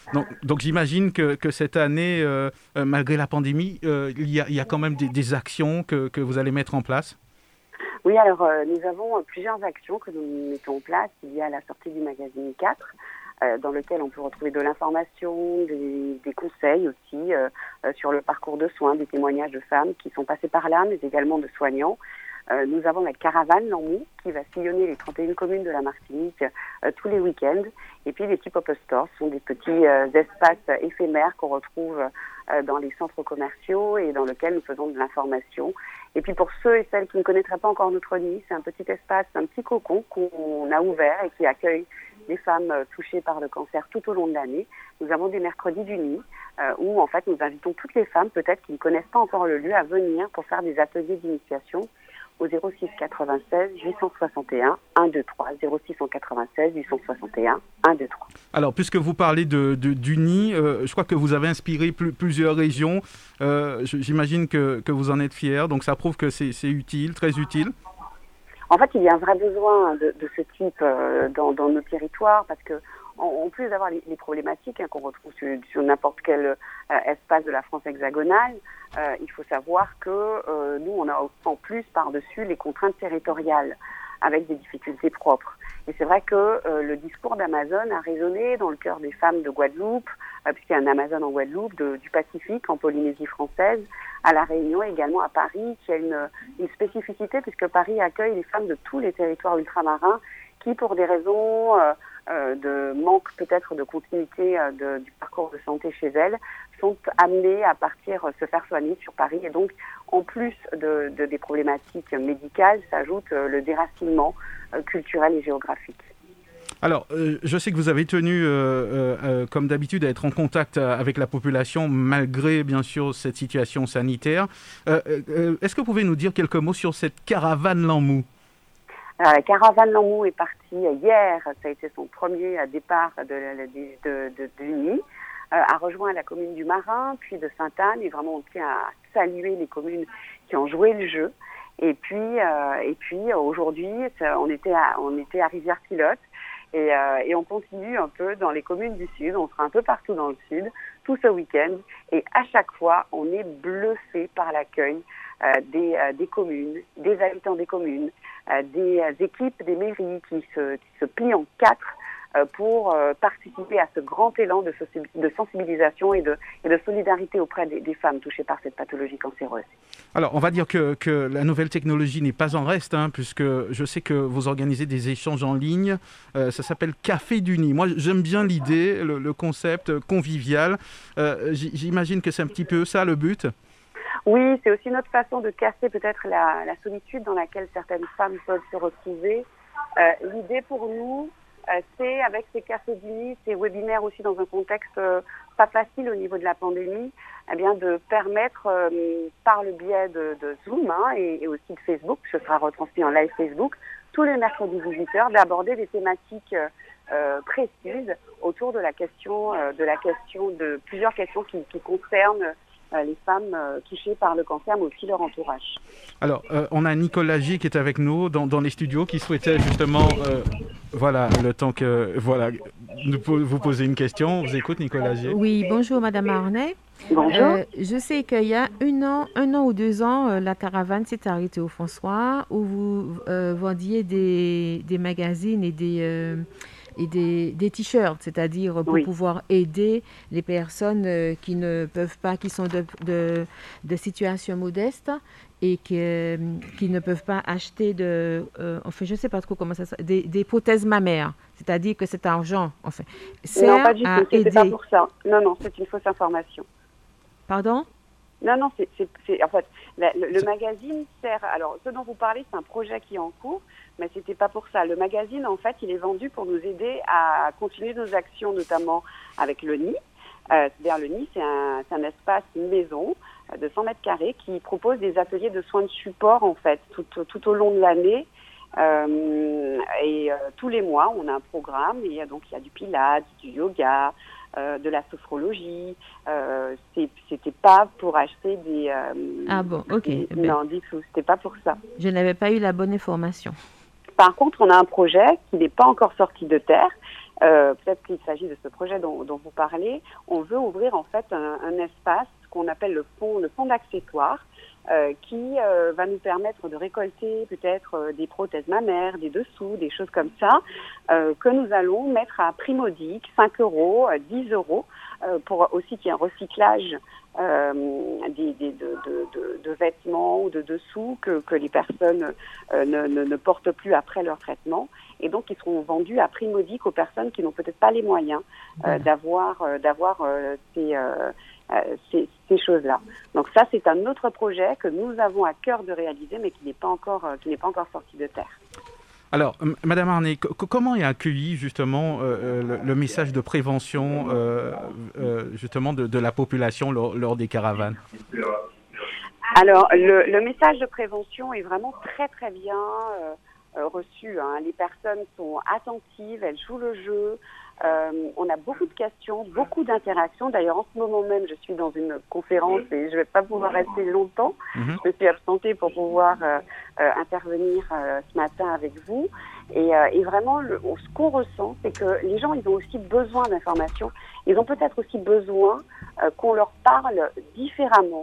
Donc j'imagine que cette année, malgré la pandémie, il y a quand même des actions que vous allez mettre en place. Oui, alors nous avons plusieurs actions que nous mettons en place. Il y a la sortie du magazine 4, dans lequel on peut retrouver de l'information, des conseils aussi sur le parcours de soins, des témoignages de femmes qui sont passées par là, mais également de soignants. Nous avons la caravane Lanmou qui va sillonner les 31 communes de la Martinique tous les week-ends. Et puis les petits pop-up stores sont des petits espaces éphémères qu'on retrouve dans les centres commerciaux et dans lesquels nous faisons de l'information. Et puis pour ceux et celles qui ne connaîtraient pas encore notre nid, c'est un petit espace, un petit cocon qu'on a ouvert et qui accueille les femmes touchées par le cancer tout au long de l'année. Nous avons des mercredis du nid où en fait nous invitons toutes les femmes, peut-être qui ne connaissent pas encore le lieu, à venir pour faire des ateliers d'initiation au 06 96 861 123, 06 96 861 123. Alors, puisque vous parlez du nid, je crois que vous avez inspiré plusieurs régions. J'imagine que vous en êtes fiers, donc ça prouve que c'est utile, très utile. En fait, il y a un vrai besoin de ce type dans nos territoires parce que en plus d'avoir les problématiques qu'on retrouve sur n'importe quel espace de la France hexagonale, il faut savoir que nous, on a en plus par-dessus les contraintes territoriales avec des difficultés propres. Et c'est vrai que le discours d'Amazon a résonné dans le cœur des femmes de Guadeloupe, puisqu'il y a un Amazon en Guadeloupe, du Pacifique, en Polynésie française, à La Réunion, également à Paris, qui a une spécificité puisque Paris accueille les femmes de tous les territoires ultramarins qui, pour des raisons de manque peut-être de continuité du parcours de santé chez elles, sont amenées à partir se faire soigner sur Paris. Et donc, en plus des problématiques médicales, s'ajoute le déracinement culturel et géographique. Alors, je sais que vous avez tenu, comme d'habitude, à être en contact avec la population, malgré, bien sûr, cette situation sanitaire. Est-ce que vous pouvez nous dire quelques mots sur cette caravane Lanmou ? Alors, la caravane Lanmou est partie hier, ça a été son premier départ du nid, a rejoint la commune du Marin, puis de Sainte-Anne, et vraiment on tient à saluer les communes qui ont joué le jeu. Et puis aujourd'hui, on était à Rivière-Pilote, et on continue un peu dans les communes du Sud, on sera un peu partout dans le Sud, tout ce week-end, et à chaque fois, on est bluffé par l'accueil des communes, des habitants des communes, des équipes des mairies qui se plient en quatre pour participer à ce grand élan de sensibilisation et de solidarité auprès des femmes touchées par cette pathologie cancéreuse. Alors, on va dire que la nouvelle technologie n'est pas en reste, puisque je sais que vous organisez des échanges en ligne. Ça s'appelle Café du Nid. Moi, j'aime bien l'idée, le concept convivial. J'imagine que c'est un petit peu ça le but. Oui, c'est aussi notre façon de casser peut-être la solitude dans laquelle certaines femmes peuvent se retrouver. L'idée pour nous, c'est avec ces cafés du nid, ces webinaires aussi dans un contexte pas facile au niveau de la pandémie, eh bien de permettre par le biais de Zoom et aussi de Facebook, ce sera retransmis en live Facebook, tous les mercredis 18h, d'aborder des thématiques précises autour de la question de plusieurs questions qui concernent les femmes touchées par le cancer, mais aussi leur entourage. Alors, on a Nicole Lagier qui est avec nous dans les studios, qui souhaitait justement, le temps que, vous poser une vous écoute, Nicole Lagier. Oui, bonjour Madame Arnay. Bonjour. Je sais qu'il y a un an ou 2 ans, la caravane s'est arrêtée au François, où vous vendiez des magazines et des t-shirts, c'est-à-dire pour pouvoir aider les personnes qui ne peuvent pas, qui sont de situation modeste et qui ne peuvent pas acheter je ne sais pas trop comment ça s'appelle, des prothèses mammaires. C'est-à-dire que cet argent, sert non, pas du tout, c'était pas pour ça. Non, c'est une fausse information. Pardon ? Non, c'est en fait, le magazine sert... Alors, ce dont vous parlez, c'est un projet qui est en cours, mais c'était pas pour ça. Le magazine, en fait, il est vendu pour nous aider à continuer nos actions, notamment avec le nid. C'est-à-dire, le nid, c'est un espace, une maison de 100 mètres carrés qui propose des ateliers de soins de support, en fait, tout au long de l'année. Tous les mois, on a un programme. Et il y a du pilates, du yoga, de la sophrologie. C'était pas pour acheter des... Ah bon, ok. Non, du tout, c'était pas pour ça. Je n'avais pas eu la bonne information. Par contre, on a un projet qui n'est pas encore sorti de terre peut-être qu'il s'agit de ce projet dont vous parlez. On veut ouvrir en fait un espace qu'on appelle le fonds d'accessoires, qui va nous permettre de récolter peut-être des prothèses mammaires, des dessous, des choses comme ça, que nous allons mettre à prix modique, 5 €, 10 €, pour aussi qu'il y ait un recyclage de vêtements ou de dessous que les personnes ne portent plus après leur traitement, et donc ils seront vendus à prix modique aux personnes qui n'ont peut-être pas les moyens d'avoir ces choses-là. Donc ça, c'est un autre projet que nous avons à cœur de réaliser, mais qui n'est pas encore sorti de terre. Alors, Madame Arnay, comment est accueilli justement le message de prévention justement de la population lors des caravanes? Alors, le message de prévention est vraiment très très bien reçu. Les personnes sont attentives, elles jouent le jeu. On a beaucoup de questions, beaucoup d'interactions. D'ailleurs, en ce moment même, je suis dans une conférence et je ne vais pas pouvoir rester longtemps. Je me suis absentée pour pouvoir intervenir ce matin avec vous. Et vraiment, ce qu'on ressent, c'est que les gens, ils ont aussi besoin d'informations. Ils ont peut-être aussi besoin qu'on leur parle différemment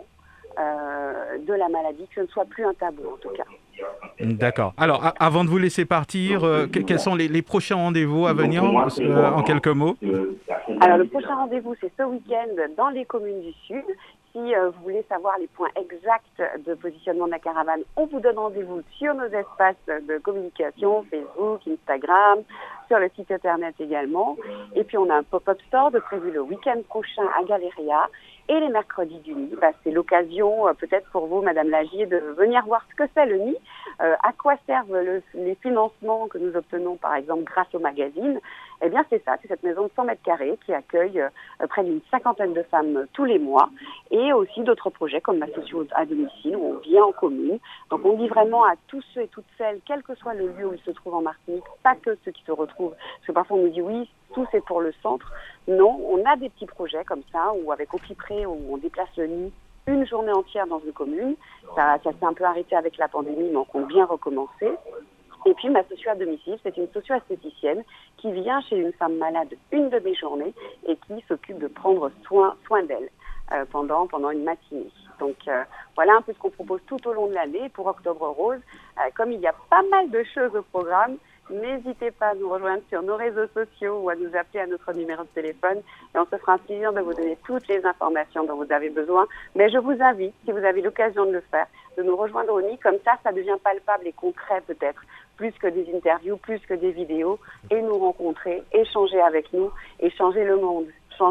de la maladie, que ce ne soit plus un tabou en tout cas. D'accord. Alors, avant de vous laisser partir, quels sont les prochains rendez-vous à venir en quelques mots? Alors, le prochain rendez-vous, c'est ce week-end dans les communes du Sud. Si vous voulez savoir les points exacts de positionnement de la caravane, on vous donne rendez-vous sur nos espaces de communication, Facebook, Instagram, sur le site internet également. Et puis, on a un pop-up store de prévu le week-end prochain à Galéria. Et les mercredis du nid, c'est l'occasion peut-être pour vous, Madame Lagier, de venir voir ce que c'est le nid, à quoi servent les financements que nous obtenons, par exemple, grâce au magazine. Eh bien, c'est ça, c'est cette maison de 100 mètres carrés qui accueille près d'une 50aine de femmes tous les mois, et aussi d'autres projets comme la socio à domicile, où on vient en commune. Donc, on dit vraiment à tous ceux et toutes celles, quel que soit le lieu où ils se trouvent en Martinique, pas que ceux qui se retrouvent, parce que parfois on nous dit oui, tout c'est pour le centre. Non, on a des petits projets comme ça, où avec Au Plus Près, où on déplace le nid une journée entière dans une commune. Ça s'est un peu arrêté avec la pandémie, mais on compte bien recommencer. Et puis, ma socio à domicile, c'est une socio-esthéticienne qui vient chez une femme malade une demi-journée et qui s'occupe de prendre soin d'elle pendant une matinée. Donc, voilà un peu ce qu'on propose tout au long de l'année pour Octobre Rose. Comme il y a pas mal de choses au programme, n'hésitez pas à nous rejoindre sur nos réseaux sociaux ou à nous appeler à notre numéro de téléphone et on se fera un plaisir de vous donner toutes les informations dont vous avez besoin. Mais je vous invite, si vous avez l'occasion de le faire, de nous rejoindre au nid. Comme ça devient palpable et concret peut-être, plus que des interviews, plus que des vidéos, et nous rencontrer, échanger avec nous et changer le monde.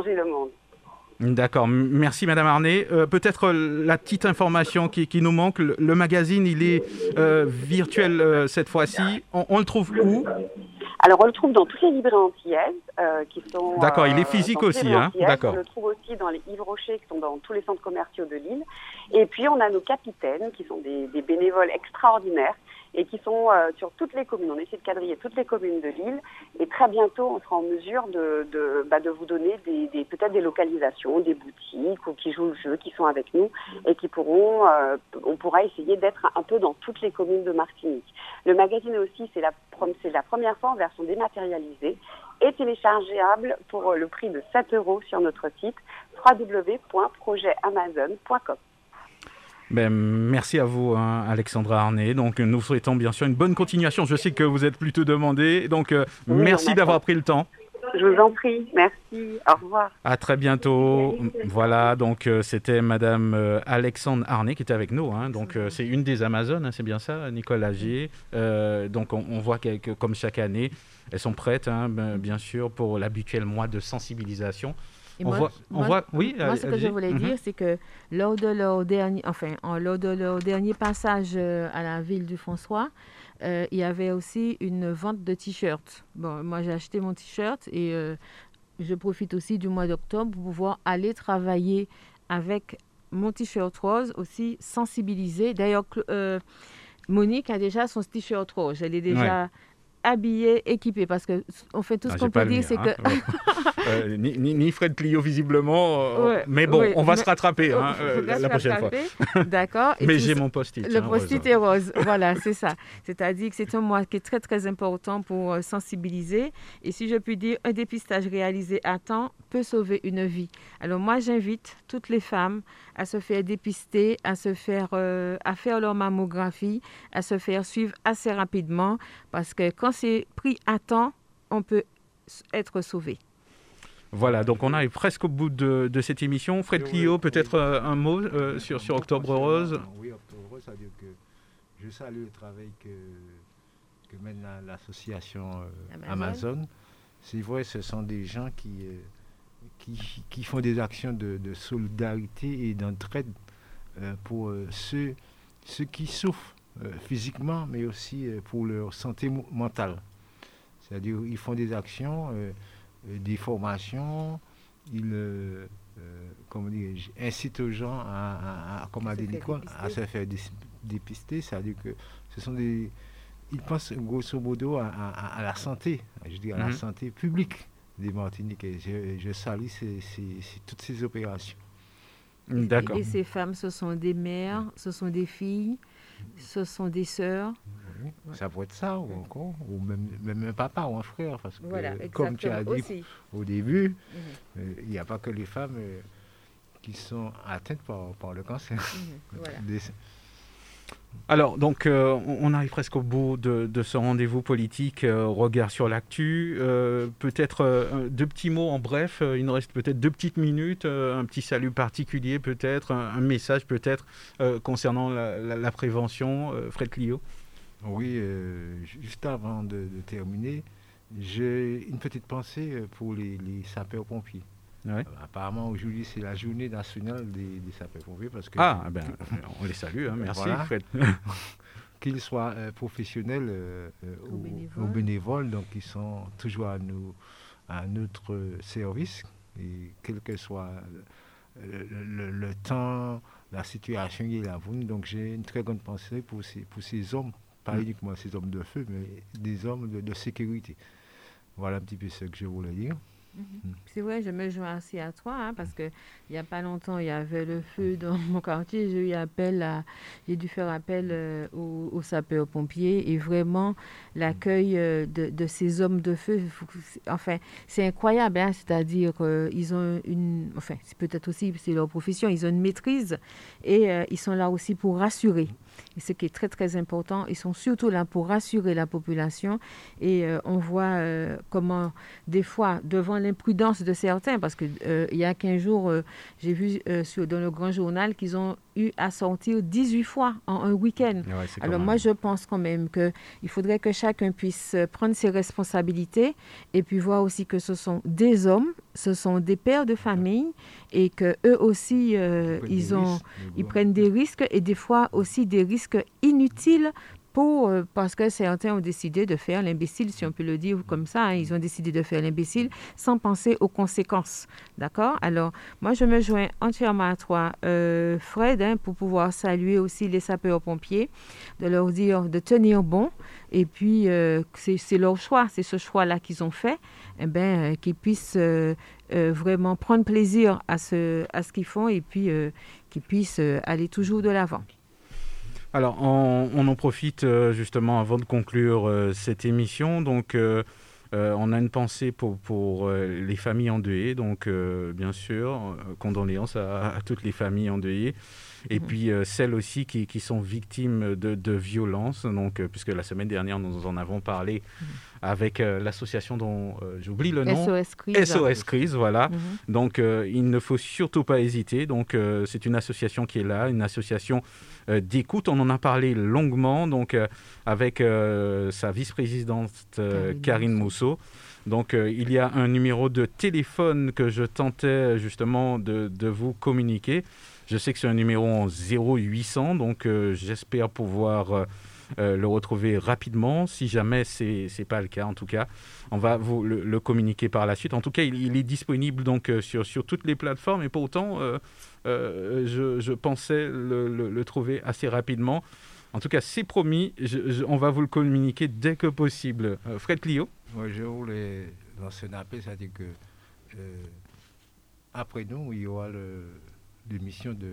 D'accord, merci Madame Arnay. Peut-être la petite information qui nous manque, le magazine il est virtuel cette fois-ci, on le trouve où? Alors on le trouve dans toutes les librairies antillaises qui sont... D'accord, il est physique aussi, hein? D'accord. On le trouve aussi dans les Yves Rocher qui sont dans tous les centres commerciaux de l'île. Et puis on a nos capitaines qui sont des bénévoles extraordinaires et qui sont sur toutes les communes. On essaie de quadriller toutes les communes de l'île et très bientôt on sera en mesure de vous donner peut-être des localisations, des boutiques ou qui jouent le jeu, qui sont avec nous et qui on pourra essayer d'être un peu dans toutes les communes de Martinique. Le magazine aussi, c'est la première fois en version dématérialisée et téléchargeable pour le prix de 7 € sur notre site www.projetamazon.com. Merci à vous, Alexandra Arnay. Donc, nous souhaitons bien sûr une bonne continuation. Je sais que vous êtes plutôt demandée. Donc, merci d'avoir pris le temps. Je vous en prie. Merci. Au revoir. À très bientôt. Voilà, donc c'était Madame Alexandre Arnay qui était avec nous. Donc, c'est une des Amazones, c'est bien ça, Nicole Lagier. Donc, on voit que, comme chaque année, elles sont prêtes, bien sûr, pour l'habituel mois de sensibilisation. Moi, ce que je voulais dire, c'est que lors de leur dernier passage à la ville du François, il y avait aussi une vente de t-shirts. Bon, moi, j'ai acheté mon t-shirt et je profite aussi du mois d'octobre pour pouvoir aller travailler avec mon t-shirt rose, aussi sensibiliser. D'ailleurs, Monique a déjà son t-shirt rose. Elle est déjà... habillés, équipés, parce que on fait tout ce qu'on peut dire, c'est que ni Fred Clio visiblement, mais bon, on va se rattraper la prochaine fois. D'accord. Mais j'ai mon post-it. Le post-it est rose, voilà, c'est ça. C'est-à-dire que c'est un mois qui est très très important pour sensibiliser. Et si je puis dire, un dépistage réalisé à temps peut sauver une vie. Alors moi, j'invite toutes les femmes à se faire dépister, à faire leur mammographie, à se faire suivre assez rapidement, parce que quand c'est pris à temps, on peut être sauvé. Voilà, donc on arrive presque au bout de cette émission. Fred Clio, peut-être un mot sur Octobre Rose. Oui, Octobre Rose, ça veut dire que je salue le travail que mène l'association Amazon. C'est vrai, ce sont des gens qui font des actions de solidarité et d'entraide pour ceux qui souffrent physiquement, mais aussi pour leur santé mentale. C'est-à-dire ils font des actions, des formations, ils incitent aux gens comme a dit Nicole, à se faire dépister. C'est-à-dire que ce sont ils pensent grosso modo à la santé, je dis à la santé publique des Martiniquais. Je salue toutes ces opérations. D'accord. Et ces femmes, ce sont des mères, ce sont des filles, ce sont des sœurs. Oui, ça peut être ça, ou même un papa ou un frère. Parce que, voilà, comme tu as dit aussi. Au début, il n'y a pas que les femmes qui sont atteintes par le cancer. Voilà. Alors, donc, on arrive presque au bout de ce rendez-vous politique, regard sur l'actu. Peut-être 2 petits mots en bref, il nous reste peut-être 2 petites minutes, un petit salut particulier peut-être, un message peut-être concernant la prévention, Fred Clio. Oui, juste avant de terminer, j'ai une petite pensée pour les sapeurs-pompiers. Ouais. Apparemment, aujourd'hui, c'est la journée nationale des sapeurs-pompiers. Parce que on les salue, merci voilà. Fred. Qu'ils soient professionnels ou bénévoles, donc ils sont toujours à notre service, et quel que soit le temps, la situation qui est là. Donc j'ai une très grande pensée pour ces hommes, pas uniquement ces hommes de feu, mais des hommes de sécurité. Voilà un petit peu ce que je voulais dire. C'est vrai, je me joins aussi à toi, parce qu'il n'y a pas longtemps, il y avait le feu dans mon quartier. J'ai dû faire appel aux sapeurs-pompiers, et vraiment l'accueil de ces hommes de feu, c'est incroyable. C'est-à-dire qu'ils ont c'est peut-être aussi c'est leur profession, ils ont une maîtrise, et ils sont là aussi pour rassurer. Et ce qui est très très important, ils sont surtout là pour rassurer la population, et on voit comment des fois, devant l'imprudence de certains, parce que il y a 15 jours, j'ai vu dans le Grand Journal qu'ils ont eu à sortir 18 fois en un week-end. Ouais, alors moi, je pense quand même qu'il faudrait que chacun puisse prendre ses responsabilités, et puis voir aussi que ce sont des hommes, ce sont des pères de famille, et qu'eux aussi, ils prennent des risques, et des fois aussi des risques inutiles, parce que certains ont décidé de faire l'imbécile, si on peut le dire comme ça. Ils ont décidé de faire l'imbécile sans penser aux conséquences. D'accord? Alors, moi, je me joins entièrement à toi, Fred, pour pouvoir saluer aussi les sapeurs-pompiers, de leur dire de tenir bon. Et puis, c'est leur choix, c'est ce choix-là qu'ils ont fait, qu'ils puissent vraiment prendre plaisir à ce qu'ils font, et puis qu'ils puissent aller toujours de l'avant. Alors, on en profite justement avant de conclure cette émission. Donc, on a une pensée pour les familles endeuillées. Donc, bien sûr, condoléances à toutes les familles endeuillées. Et puis, celles aussi qui sont victimes de violences. Donc, puisque la semaine dernière, nous en avons parlé avec l'association dont j'oublie le nom. SOS Crise, voilà. Donc, il ne faut surtout pas hésiter. Donc, c'est une association qui est là, une association d'écoute. On en a parlé longuement, donc avec sa vice-présidente Karine Mousseau. Donc, il y a un numéro de téléphone que je tentais justement de vous communiquer. Je sais que c'est un numéro en 0800, donc j'espère pouvoir le retrouver rapidement. Si jamais c'est pas le cas, en tout cas, on va vous le communiquer par la suite. En tout cas, il est disponible donc sur toutes les plateformes, et pourtant, je pensais le trouver assez rapidement. En tout cas, c'est promis, on va vous le communiquer dès que possible. Fred Clio. Moi, je voulais lancer un appel, c'est-à-dire que après nous, il y aura l'émission de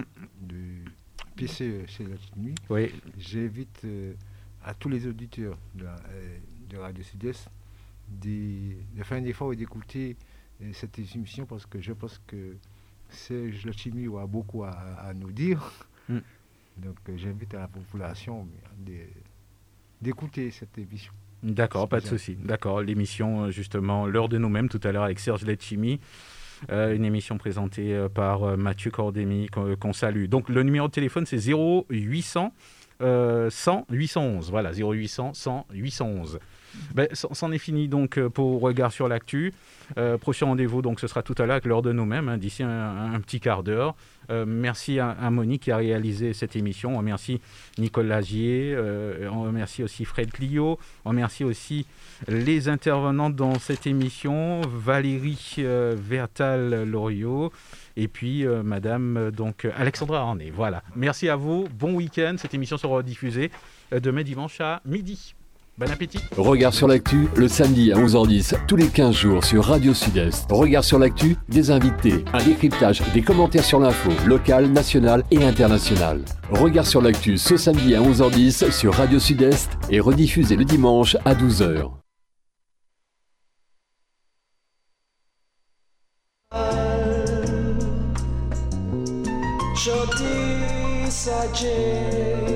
PC chez la nuit. Oui. J'invite à tous les auditeurs de Radio Sud-Est de faire un effort et d'écouter cette émission parce que je pense que Serge Letchimy aura beaucoup à nous dire. Donc j'invite à la population d'écouter cette émission. D'accord, pas de souci. D'accord, l'émission justement L'heure de nous-mêmes tout à l'heure avec Serge Letchimy. Une émission présentée par Mathieu Cordémy qu'on salue. Donc le numéro de téléphone c'est 0800 100 811. Voilà, 0800 100 811. C'en est fini donc pour Regard sur l'actu. Prochain rendez-vous, donc ce sera tout à l'heure avec l'heure de nous-mêmes, d'ici un petit quart d'heure. Merci à Monique qui a réalisé cette émission. On remercie Nicole Lagier, on remercie aussi Fred Clio, on remercie aussi les intervenants dans cette émission, Valérie Vertal-Loriot et puis Madame donc Alexandra Arnay. Voilà. Merci à vous, bon week-end. Cette émission sera diffusée demain dimanche à midi. Bon appétit. Regard sur l'actu, le samedi à 11h10, tous les 15 jours sur Radio Sud-Est. Regard sur l'actu, des invités, un décryptage, des commentaires sur l'info, locale, nationale et internationale. Regard sur l'actu ce samedi à 11h10 sur Radio Sud-Est et rediffusé le dimanche à 12h. Jodi saja